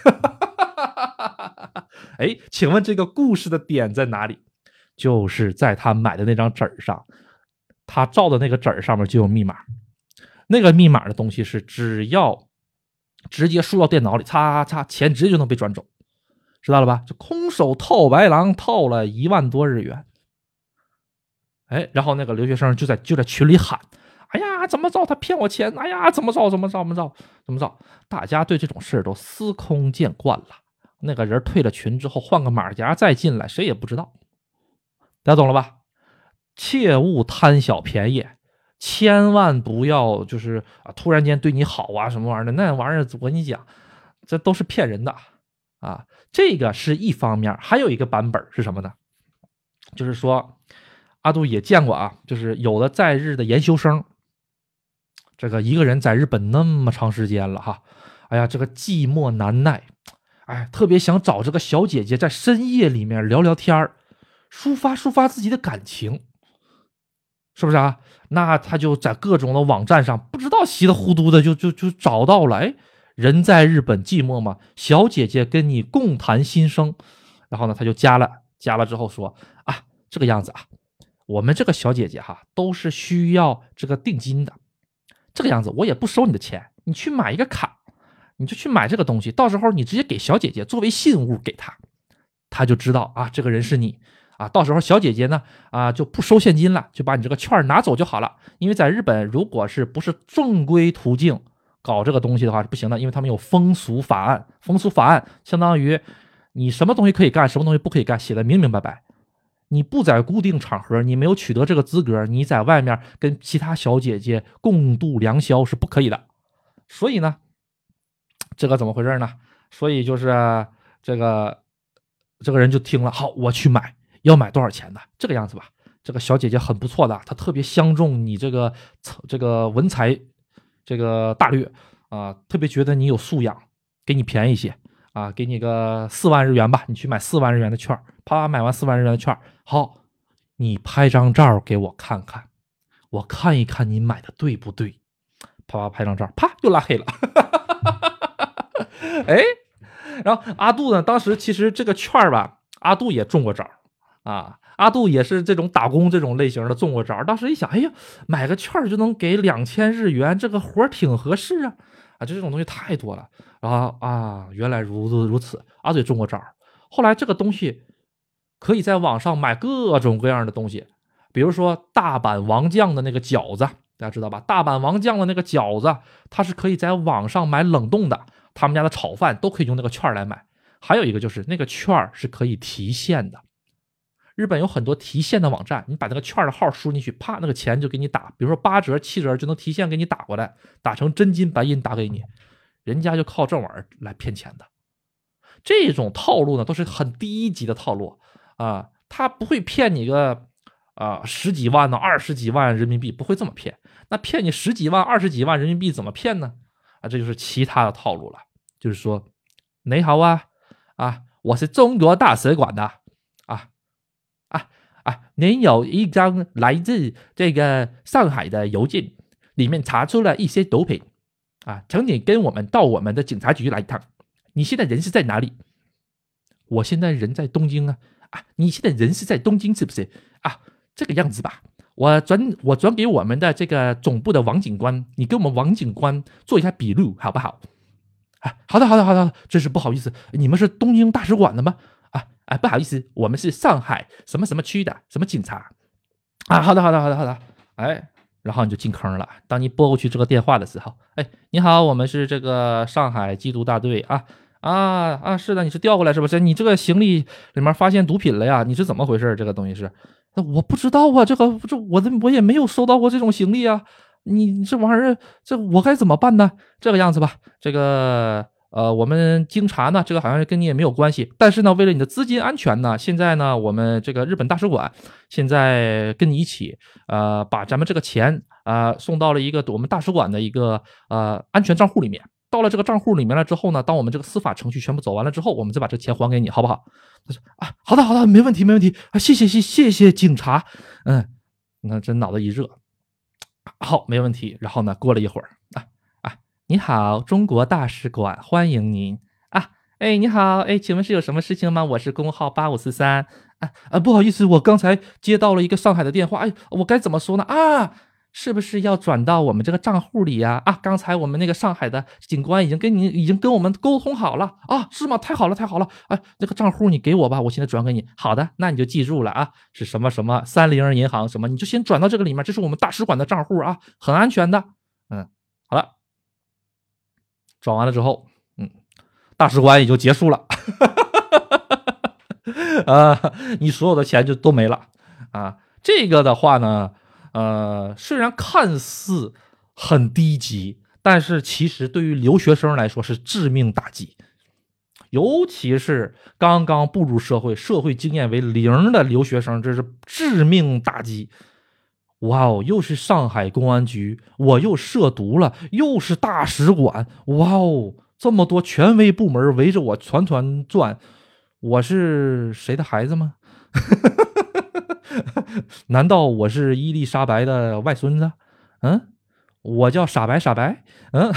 哎，请问这个故事的点在哪里？就是在他买的那张纸上，他照的那个纸上面就有密码，那个密码的东西是只要直接输到电脑里，擦擦钱直接就能被转走，知道了吧？就空手套白狼，套了一万多日元。哎，然后那个留学生就在就在群里喊：“哎呀，怎么着？他骗我钱！哎呀，怎么着？怎么着？怎么着？怎么着？”大家对这种事都司空见惯了。那个人退了群之后，换个马甲再进来，谁也不知道。大家懂了吧？切勿贪小便宜，千万不要就是啊，突然间对你好啊，什么玩意儿的，那玩意儿我跟你讲，这都是骗人的啊。这个是一方面，还有一个版本是什么呢？就是说，阿杜也见过啊，就是有的在日的研修生，这个一个人在日本那么长时间了哈，哎呀，这个寂寞难耐，哎，特别想找这个小姐姐在深夜里面聊聊天儿。抒发抒发自己的感情，是不是啊？那他就在各种的网站上，不知道稀里糊涂的就就就找到了。哎，人在日本寂寞嘛，小姐姐跟你共谈心声。然后呢，他就加了，加了之后说啊，这个样子啊，我们这个小姐姐哈，都是需要这个定金的。这个样子，我也不收你的钱，你去买一个卡，你就去买这个东西，到时候你直接给小姐姐作为信物给她，她就知道啊，这个人是你。啊，到时候小姐姐呢，啊就不收现金了，就把你这个券拿走就好了。因为在日本，如果是不是正规途径搞这个东西的话是不行的，因为他们有风俗法案。风俗法案相当于你什么东西可以干，什么东西不可以干，写的明明白白。你不在固定场合，你没有取得这个资格，你在外面跟其他小姐姐共度良宵是不可以的。所以呢，这个怎么回事呢？所以就是这个这个人就听了，好，我去买。要买多少钱的？这个样子吧，这个小姐姐很不错的，她特别相中你这个这个文才，这个大略啊，特别觉得你有素养，给你便宜些啊，给你个四万日元吧，你去买四万日元的券，啪买完四万日元的券，好，你拍张照给我看看，我看一看你买的对不对，啪啪拍张照，啪又拉黑了。哎，然后阿杜呢，当时其实这个券吧，阿杜也中过招啊。阿杜也是这种打工这种类型的中过招，当时一想，哎呀，买个券就能给两千日元，这个活挺合适啊！啊，就这种东西太多了。然后啊，原来如如此，阿杜也中过招。后来这个东西可以在网上买各种各样的东西，比如说大阪王酱的那个饺子，大家知道吧？大阪王酱的那个饺子，它是可以在网上买冷冻的，他们家的炒饭都可以用那个券来买。还有一个就是那个券是可以提现的。日本有很多提现的网站，你把那个券的号输进去，啪，那个钱就给你打，比如说八折、七折就能提现给你打过来，打成真金白银打给你，人家就靠这玩意儿来骗钱的。这种套路呢，都是很低级的套路啊，他不会骗你个啊十几万呢、二十几万人民币，不会这么骗。那骗你十几万、二十几万人民币怎么骗呢？啊，这就是其他的套路了，就是说，你好啊，啊，我是中国大使馆的。啊啊！您有一张来自这个上海的邮件，里面查出了一些毒品啊，请你跟我们到我们的警察局来一趟。你现在人是在哪里？我现在人在东京啊。啊，你现在人是在东京是不是？啊，这个样子吧，我转我转给我们的这个总部的王警官，你跟我们王警官做一下笔录好不好？啊，好的好的好的，真是不好意思，你们是东京大使馆的吗？啊啊，不好意思，我们是上海什么什么区的什么警察啊。好的好的好的好的，哎，然后你就进坑了。当你拨过去这个电话的时候，哎，你好，我们是这个上海缉毒大队啊啊啊，是的，你是调过来是不是？你这个行李里面发现毒品了呀？你是怎么回事？这个东西是，我不知道啊，这个这我的我也没有收到过这种行李啊，你这玩意儿这我该怎么办呢？这个样子吧，这个。呃，我们经查呢，这个好像跟你也没有关系，但是呢，为了你的资金安全呢，现在呢，我们这个日本大使馆现在跟你一起，呃，把咱们这个钱呃送到了一个我们大使馆的一个呃安全账户里面。到了这个账户里面了之后呢，当我们这个司法程序全部走完了之后，我们再把这钱还给你，好不好？他说啊，好的好的，没问题没问题啊，谢谢谢谢谢警察，嗯，你看这脑子一热，好，没问题。然后呢，过了一会儿啊。你好，中国大使馆，欢迎您啊！哎，你好，哎，请问是有什么事情吗？我是工号八五四三啊啊，不好意思，我刚才接到了一个上海的电话，哎，我该怎么说呢？啊，是不是要转到我们这个账户里呀？啊，刚才我们那个上海的警官已经跟你已经跟我们沟通好了啊，是吗？太好了，太好了！哎，那个账户你给我吧，我现在转给你。好的，那你就记住了啊，是什么什么三菱银行什么，你就先转到这个里面，这是我们大使馆的账户啊，很安全的。嗯，好了。转完了之后，嗯，大使馆也就结束了，啊，你所有的钱就都没了啊。这个的话呢，呃，虽然看似很低级，但是其实对于留学生来说是致命打击，尤其是刚刚步入社会、社会经验为零的留学生，这是致命打击。哇哦，又是上海公安局，我又涉毒了，又是大使馆，哇哦，这么多权威部门围着我团团转，我是谁的孩子吗？难道我是伊丽莎白的外孙子？嗯，我叫傻白傻白，嗯，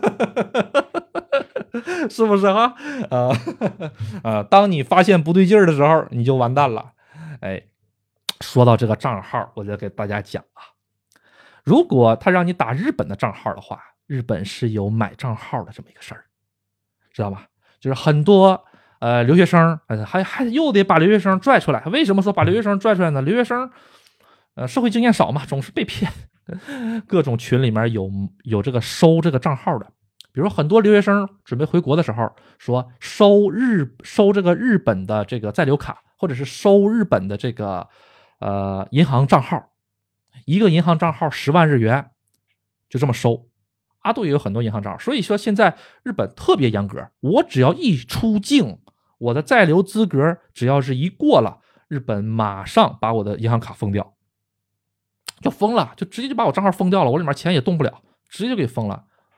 是不是哈？啊啊，当你发现不对劲儿的时候，你就完蛋了，哎。说到这个账号，我就给大家讲啊，如果他让你打日本的账号的话，日本是有买账号的这么一个事儿，知道吧？就是很多呃留学生，还还又得把留学生拽出来。为什么说把留学生拽出来呢？留学生呃社会经验少嘛，总是被骗。各种群里面有有这个收这个账号的，比如很多留学生准备回国的时候，说收日收这个日本的这个在留卡，或者是收日本的这个。呃，银行账号，一个银行账号十万日元，就这么收。阿杜也有很多银行账号，所以说现在日本特别严格，我只要一出境，我的在留资格只要是一过了，日本马上把我的银行卡封掉，就封了，就直接就把我账号封掉了，我里面钱也动不了，直接就给封了。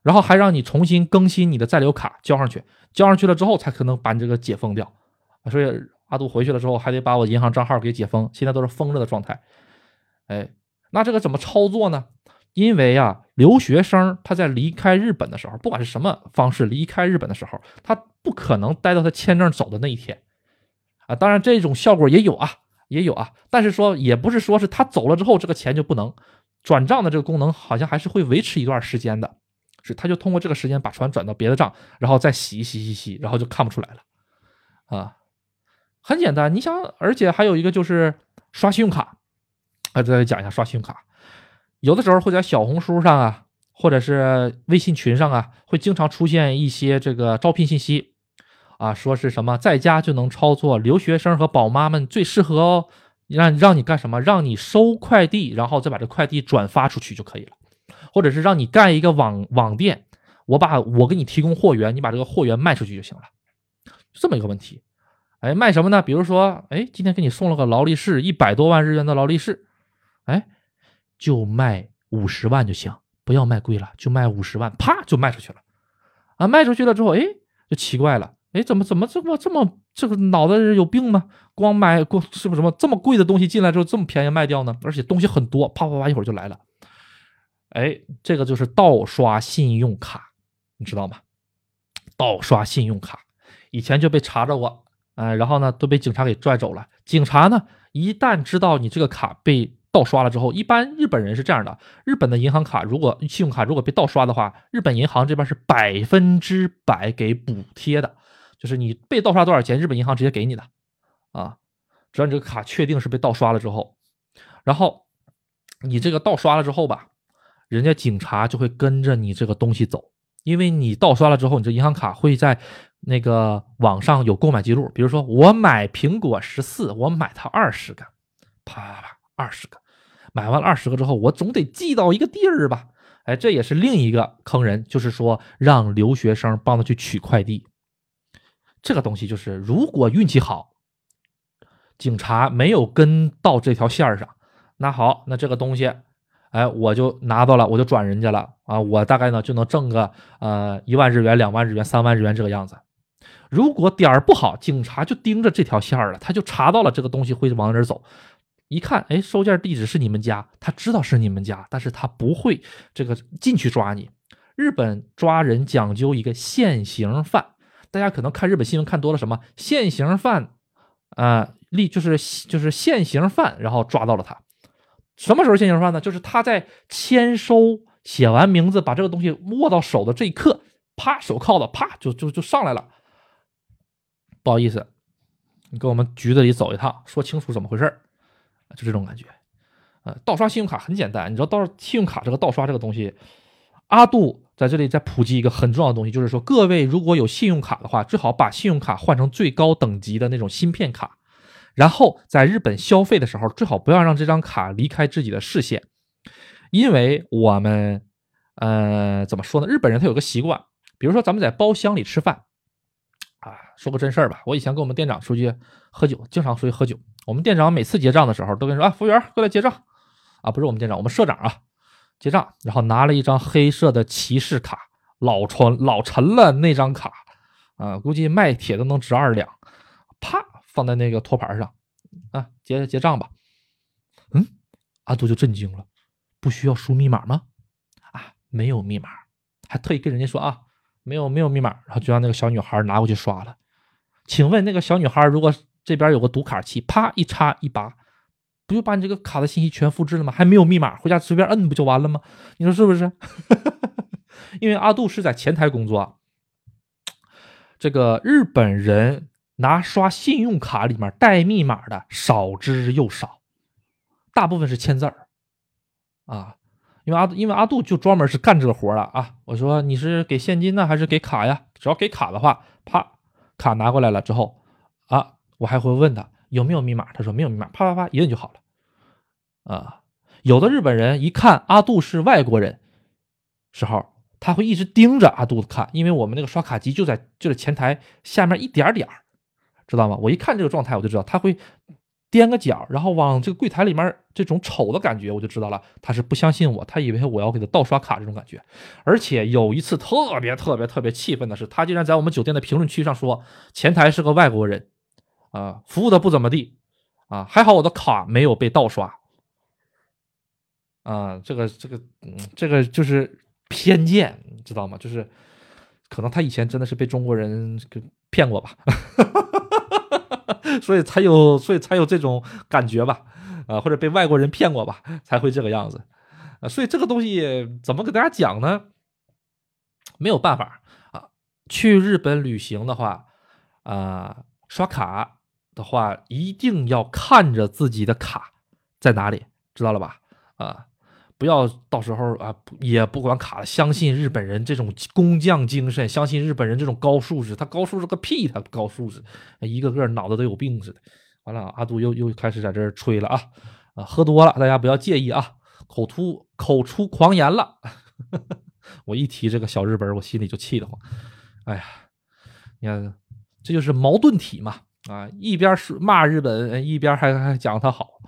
然后还让你重新更新你的在留卡交上去，交上去了之后才可能把你这个解封掉。所以阿杜回去了之后还得把我银行账号给解封，现在都是封着的状态。哎，那这个怎么操作呢？因为啊，留学生他在离开日本的时候，不管是什么方式离开日本的时候，他不可能待到他签证走的那一天啊。当然这种效果也有啊，也有啊，但是说也不是说是他走了之后这个钱就不能转账的，这个功能好像还是会维持一段时间的。是他就通过这个时间把船转到别的账，然后再洗洗洗洗，然后就看不出来了啊。很简单，你想，而且还有一个就是刷信用卡啊，再讲一下刷信用卡。有的时候会在小红书上啊，或者是微信群上啊，会经常出现一些这个招聘信息啊，说是什么在家就能操作，留学生和宝妈们最适合哦，让让你干什么？让你收快递，然后再把这快递转发出去就可以了。或者是让你干一个网网店，我把我给你提供货源，你把这个货源卖出去就行了，就这么一个问题。哎，卖什么呢？比如说，哎，今天给你送了个劳力士，一百多万日元的劳力士，哎，就卖五十万就行，不要卖贵了，就卖五十万，啪就卖出去了。啊，卖出去了之后，哎，就奇怪了，哎，怎么怎么这么这么这个脑袋有病吗？光买光是不是什么这么贵的东西进来之后这么便宜卖掉呢？而且东西很多，啪啪啪一会儿就来了。哎，这个就是盗刷信用卡，你知道吗？盗刷信用卡，以前就被查着过，呃，然后呢都被警察给拽走了。警察呢一旦知道你这个卡被盗刷了之后，一般日本人是这样的，日本的银行卡如果信用卡如果被盗刷的话，日本银行这边是百分之百给补贴的，就是你被盗刷多少钱，日本银行直接给你的啊，只要你这个卡确定是被盗刷了之后，然后你这个盗刷了之后吧。人家警察就会跟着你这个东西走，因为你盗刷了之后，你这银行卡会在那个网上有购买记录，比如说我买苹果十四，我买它二十个，啪啪啪二十个，买完了二十个之后，我总得寄到一个地儿吧？哎，这也是另一个坑人，就是说让留学生帮他去取快递。这个东西就是，如果运气好，警察没有跟到这条线上，那好，那这个东西。哎，我就拿到了，我就转人家了啊！我大概呢就能挣个呃一万日元、两万日元、三万日元这个样子。如果点儿不好，警察就盯着这条线了，他就查到了这个东西会往哪儿走。一看，哎，收件地址是你们家，他知道是你们家，但是他不会这个进去抓你。日本抓人讲究一个现行犯，大家可能看日本新闻看多了，什么现行犯啊，立、呃、就是就是现行犯，然后抓到了他。什么时候现行犯呢？就是他在签收写完名字把这个东西握到手的这一刻，啪手铐子啪就就就上来了。不好意思，你跟我们局子里走一趟，说清楚怎么回事，就这种感觉。呃，盗刷信用卡很简单，你知道盗信用卡这个盗刷这个东西，阿杜在这里再普及一个很重要的东西，就是说各位如果有信用卡的话，最好把信用卡换成最高等级的那种芯片卡。然后在日本消费的时候，最好不要让这张卡离开自己的视线，因为我们呃怎么说呢？日本人他有个习惯，比如说咱们在包厢里吃饭啊，说个真事儿吧，我以前跟我们店长出去喝酒，经常出去喝酒，我们店长每次结账的时候都跟说啊，服务员过来结账啊，不是我们店长，我们社长啊结账，然后拿了一张黑色的骑士卡，老沉老沉了那张卡啊，估计卖铁都能值二两，啪。放在那个托盘上啊，结结账吧。嗯，阿杜就震惊了，不需要输密码吗？啊，没有密码，还特意跟人家说啊，没有没有密码，然后就让那个小女孩拿过去刷了。请问那个小女孩如果这边有个读卡器，啪一插一拔，不就把你这个卡的信息全复制了吗？还没有密码，回家随便摁不就完了吗？你说是不是？因为阿杜是在前台工作，这个日本人。拿刷信用卡里面带密码的少之又少，大部分是签字儿啊。因为阿因为阿杜就专门是干这个活了啊。我说你是给现金呢还是给卡呀？只要给卡的话，啪，卡拿过来了之后啊，我还会问他有没有密码，他说没有密码，啪啪啪一摁就好了啊。有的日本人一看阿杜是外国人时候，他会一直盯着阿杜看，因为我们那个刷卡机就在就在前台下面一点点，知道吗？我一看这个状态我就知道他会踮个脚，然后往这个柜台里面这种瞅的感觉，我就知道了，他是不相信我，他以为我要给他盗刷卡这种感觉。而且有一次特别特别特别气愤的是，他竟然在我们酒店的评论区上说前台是个外国人啊、呃，服务的不怎么地啊，还好我的卡没有被盗刷啊，这个这个嗯，这个就是偏见，你知道吗？就是可能他以前真的是被中国人给骗过吧。所以才有，所以才有这种感觉吧，啊，或者被外国人骗过吧，才会这个样子，啊，所以这个东西怎么给大家讲呢？没有办法啊，去日本旅行的话，啊，刷卡的话一定要看着自己的卡在哪里，知道了吧？啊，不要到时候啊也不管卡了，相信日本人这种工匠精神，相信日本人这种高素质，他高素质个屁，他高素质，一个个脑子都有病似的。完了，阿杜又又开始在这儿吹了啊啊，喝多了，大家不要介意啊，口出口出狂言了。我一提这个小日本，我心里就气得慌。哎呀，你看，这就是矛盾体嘛啊，一边是骂日本，一边还还讲他好。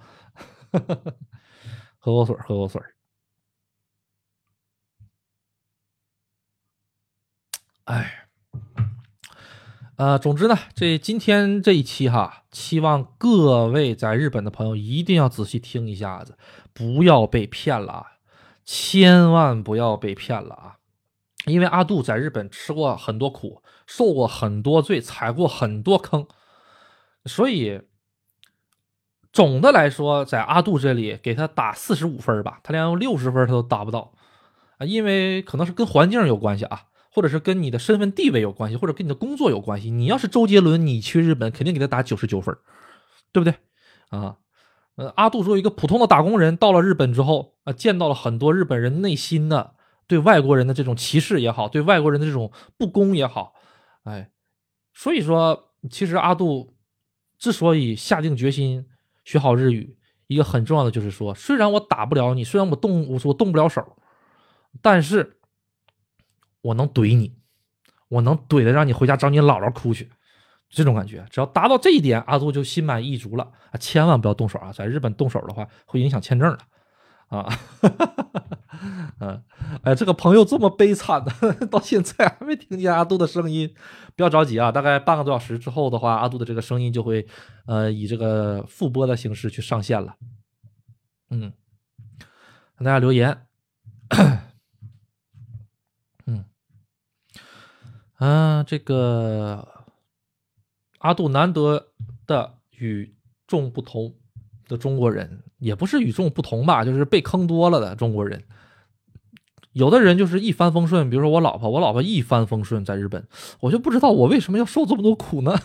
喝口水，喝口水。哎，呃，总之呢，这今天这一期哈，希望各位在日本的朋友一定要仔细听一下子，不要被骗了啊，千万不要被骗了啊！因为阿杜在日本吃过很多苦，受过很多罪，踩过很多坑，所以总的来说，在阿杜这里给他打四十五分吧，他连六十分他都达不到啊，因为可能是跟环境有关系啊。或者是跟你的身份地位有关系，或者跟你的工作有关系。你要是周杰伦，你去日本肯定给他打九十九分，对不对啊？呃，阿杜作为一个普通的打工人，到了日本之后啊，见到了很多日本人内心的对外国人的这种歧视也好，对外国人的这种不公也好，哎，所以说，其实阿杜之所以下定决心学好日语，一个很重要的就是说，虽然我打不了你，虽然我动我我动不了手，但是我能怼你，我能怼的让你回家找你姥姥哭去，这种感觉，只要达到这一点，阿杜就心满意足了啊！千万不要动手啊，在日本动手的话会影响签证的啊！嗯，哎，这个朋友这么悲惨的，到现在还没听见阿杜的声音，不要着急啊，大概半个多小时之后的话，阿杜的这个声音就会呃以这个复播的形式去上线了。嗯，大家留言。啊，这个阿杜难得的与众不同的中国人，也不是与众不同吧，就是被坑多了的中国人。有的人就是一帆风顺，比如说我老婆，我老婆一帆风顺在日本，我就不知道我为什么要受这么多苦呢？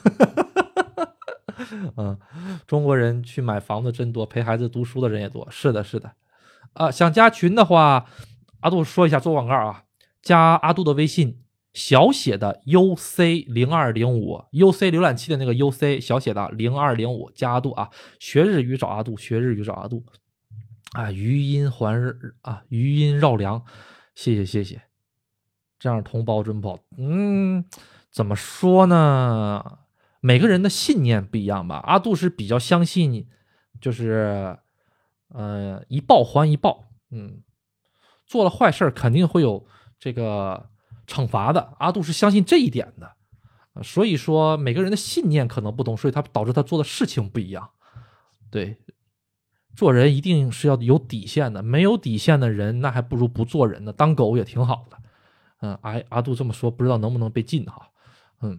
嗯，中国人去买房子真多，陪孩子读书的人也多。是的，是的。啊，想加群的话，阿杜说一下做广告啊，加阿杜的微信。小写的 U C 零二零五 U C 浏览器的那个 U C 小写的零二零五加阿杜啊，学日语找阿杜，学日语找阿杜啊，余音还日啊，余音绕梁，谢谢谢谢，这样同胞真不好。嗯，怎么说呢？每个人的信念不一样吧。阿杜是比较相信，就是呃一报还一报，嗯，做了坏事肯定会有这个惩罚的，阿杜是相信这一点的，所以说每个人的信念可能不同，所以他导致他做的事情不一样。对，做人一定是要有底线的，没有底线的人，那还不如不做人呢，当狗也挺好的。嗯，哎，阿杜这么说，不知道能不能被禁哈。嗯，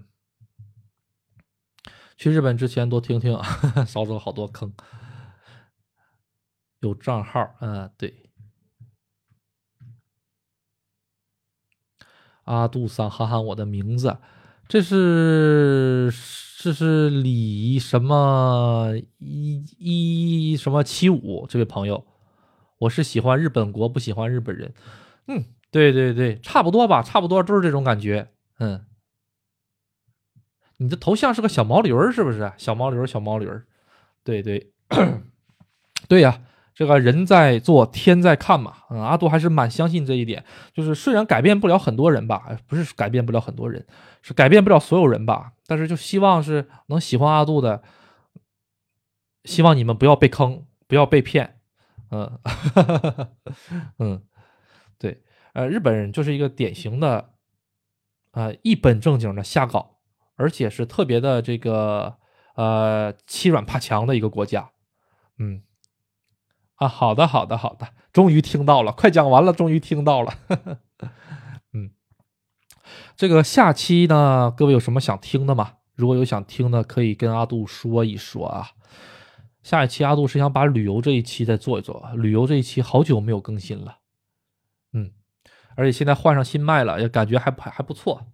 去日本之前多听听，少走好多坑。有账号，嗯，对。阿杜桑喊喊我的名字，这是这是李什么一一什么七五这位朋友，我是喜欢日本国，不喜欢日本人。嗯，对对对，差不多吧，差不多都是这种感觉。嗯，你的头像是个小毛驴是不是？小毛驴，小毛驴。对对，对呀、啊。这个人在做天在看嘛，嗯，阿杜还是蛮相信这一点，就是虽然改变不了很多人吧，不是改变不了很多人，是改变不了所有人吧，但是就希望是能喜欢阿杜的， 希望你们不要被坑，不要被骗。嗯嗯，对，呃，日本人就是一个典型的，呃，一本正经的瞎搞，而且是特别的这个呃欺软怕强的一个国家。嗯啊，好的好的好的，终于听到了，快讲完了，终于听到了。嗯，这个下期呢，各位有什么想听的吗？如果有想听的，可以跟阿杜说一说啊。下一期阿杜是想把旅游这一期再做一做，旅游这一期好久没有更新了。嗯，而且现在换上新麦了，也感觉还还还不错。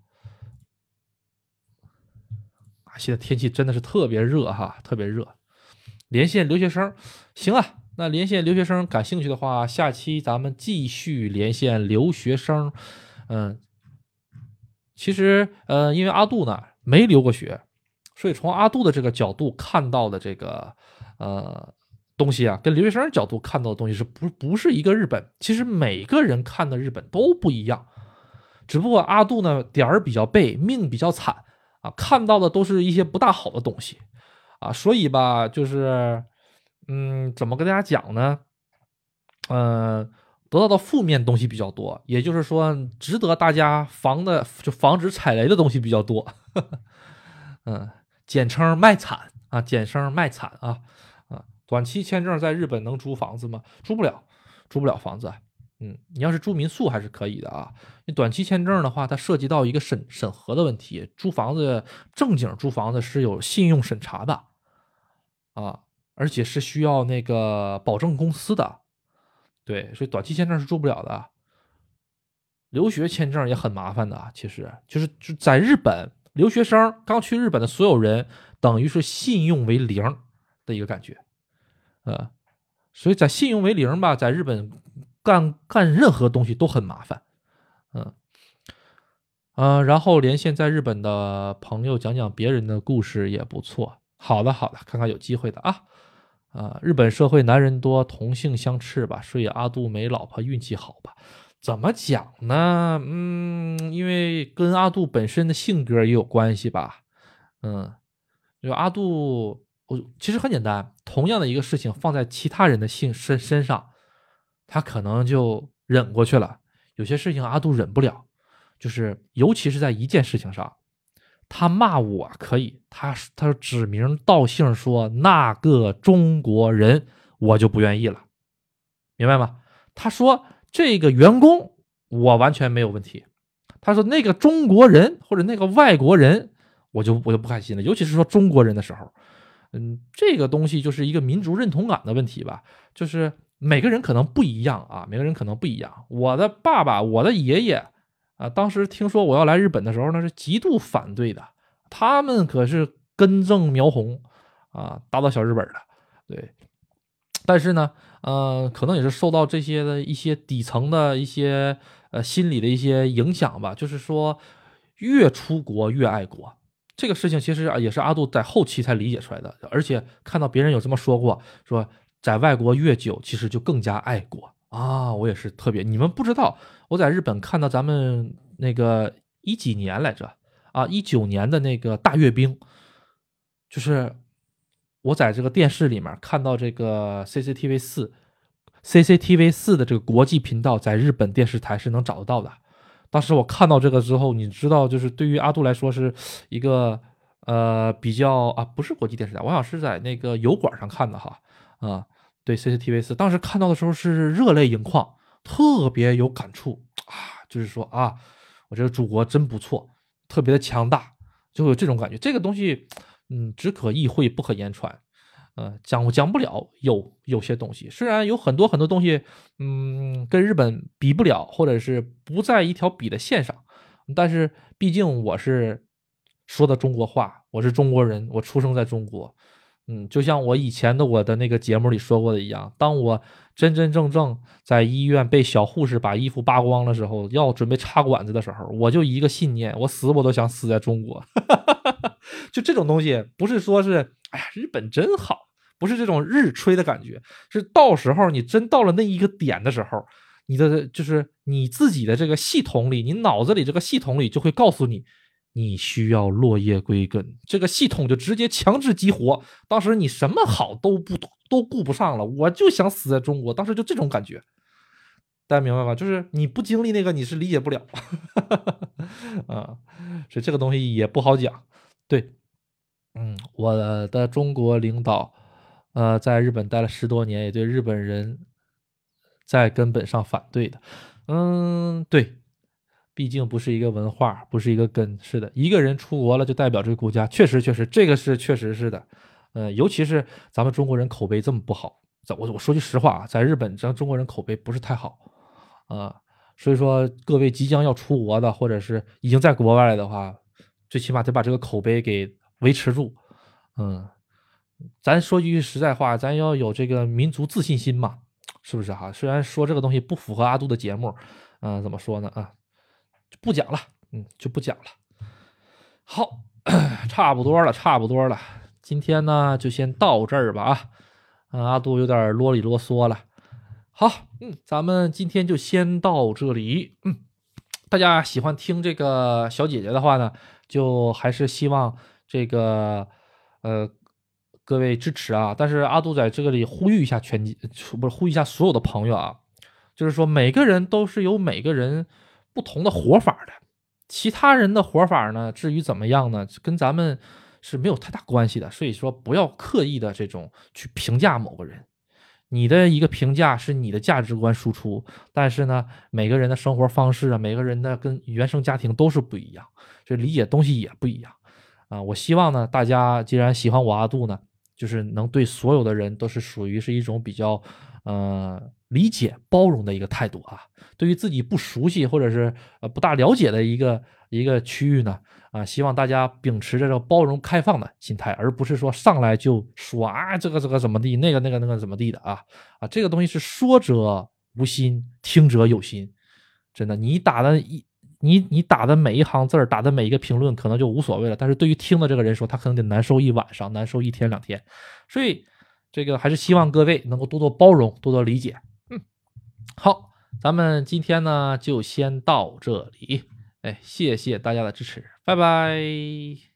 啊，现在天气真的是特别热哈，特别热。连线留学生，行啊，那连线留学生感兴趣的话，下期咱们继续连线留学生。嗯，其实呃，因为阿杜呢没留过学，所以从阿杜的这个角度看到的这个呃东西啊，跟留学生角度看到的东西是不不是一个日本？其实每个人看的日本都不一样，只不过阿杜呢点儿比较背，命比较惨啊，看到的都是一些不大好的东西啊，所以吧，就是嗯，怎么跟大家讲呢？嗯、呃。得到的负面东西比较多，也就是说，值得大家防的就防止踩雷的东西比较多。嗯，简称卖惨啊，简称卖惨啊啊！短期签证在日本能租房子吗？租不了，租不了房子。嗯，你要是住民宿还是可以的啊。你短期签证的话，它涉及到一个审审核的问题，租房子正经租房子是有信用审查的啊，而且是需要那个保证公司的。对，所以短期签证是住不了的。留学签证也很麻烦的，其实就是就在日本，留学生刚去日本的所有人，等于是信用为零的一个感觉，呃，所以在信用为零吧，在日本干干任何东西都很麻烦，嗯呃，然后连线在日本的朋友讲讲别人的故事也不错。好的，好的，看看有机会的啊。啊、日本社会男人多，同性相斥吧，所以阿杜没老婆运气好吧？怎么讲呢？嗯，因为跟阿杜本身的性格也有关系吧。嗯，就阿杜，我其实很简单，同样的一个事情放在其他人的性身身上，他可能就忍过去了。有些事情阿杜忍不了，就是尤其是在一件事情上，他骂我可以，他他指名道姓说那个中国人，我就不愿意了，明白吗？他说这个员工我完全没有问题，他说那个中国人或者那个外国人，我就我就不开心了，尤其是说中国人的时候，嗯，这个东西就是一个民族认同感的问题吧，就是每个人可能不一样啊，每个人可能不一样。我的爸爸，我的爷爷啊，当时听说我要来日本的时候呢，是极度反对的，他们可是根正苗红啊，打倒小日本的，对。但是呢，呃，可能也是受到这些的一些底层的一些呃心理的一些影响吧，就是说越出国越爱国。这个事情其实啊也是阿杜在后期才理解出来的，而且看到别人有这么说过，说在外国越久，其实就更加爱国啊。我也是特别，你们不知道，我在日本看到咱们那个一几年来着啊，一九年的那个大阅兵，就是我在这个电视里面看到这个 C C T V 四，C C T V 四的这个国际频道在日本电视台是能找得到的。当时我看到这个之后，你知道，就是对于阿杜来说是一个呃比较啊，不是国际电视台，我好像是在那个油管上看的哈啊，对 C C T V 四，当时看到的时候是热泪盈眶，特别有感触啊，就是说啊，我这个祖国真不错，特别的强大，就有这种感觉。这个东西，嗯，只可意会不可言传。呃，讲讲不了，有有些东西，虽然有很多很多东西，嗯，跟日本比不了，或者是不在一条比的线上，但是毕竟我是说的中国话，我是中国人，我出生在中国，嗯，就像我以前的我的那个节目里说过的一样，当我真真正正在医院被小护士把衣服扒光的时候，要准备插管子的时候，我就一个信念，我死我都想死在中国。就这种东西，不是说是哎呀日本真好，不是这种日吹的感觉，是到时候你真到了那一个点的时候，你的就是你自己的这个系统里，你脑子里这个系统里就会告诉你， 你需要落叶归根，这个系统就直接强制激活。当时你什么好都不都顾不上了，我就想死在中国，当时就这种感觉。大家明白吗？就是你不经历那个，你是理解不了啊，所以这个东西也不好讲。对，嗯，我的中国领导，呃，在日本待了十多年，也对日本人在根本上反对的。嗯，对，毕竟不是一个文化，不是一个根。是的，一个人出国了，就代表这个国家，确实确实，这个是确实是的。呃，尤其是咱们中国人口碑这么不好，我我说句实话啊，在日本，咱中国人口碑不是太好。啊，所以说各位即将要出国的，或者是已经在国外的话，最起码得把这个口碑给维持住。嗯，咱说句实在话，咱要有这个民族自信心嘛，是不是哈？虽然说这个东西不符合阿杜的节目，嗯、呃，怎么说呢？啊，不讲了，嗯，就不讲了。好，差不多了，差不多了。今天呢，就先到这儿吧啊。嗯，阿杜有点啰里啰嗦了。好，嗯，咱们今天就先到这里。嗯，大家喜欢听这个小姐姐的话呢，就还是希望这个呃各位支持啊。但是阿杜在这个里呼吁一下全体，不是呼吁一下所有的朋友啊，就是说每个人都是有每个人不同的活法的，其他人的活法呢，至于怎么样呢，跟咱们是没有太大关系的。所以说，不要刻意的这种去评价某个人。你的一个评价是你的价值观输出，但是呢，每个人的生活方式啊，每个人的跟原生家庭都是不一样，这理解东西也不一样啊。我希望呢，大家既然喜欢我阿杜呢，就是能对所有的人都是属于是一种比较呃理解包容的一个态度啊。对于自己不熟悉或者是呃不大了解的一个一个区域呢，啊，希望大家秉持着这个包容开放的心态，而不是说上来就说啊这个这个怎么地，那个那个那个怎么地的啊啊，这个东西是说者无心，听者有心。真的，你打的一你你打的每一行字打的每一个评论可能就无所谓了，但是对于听的这个人说，他可能得难受一晚上，难受一天两天。所以这个还是希望各位能够多多包容，多多理解。嗯，好，咱们今天呢就先到这里。哎，谢谢大家的支持，拜拜。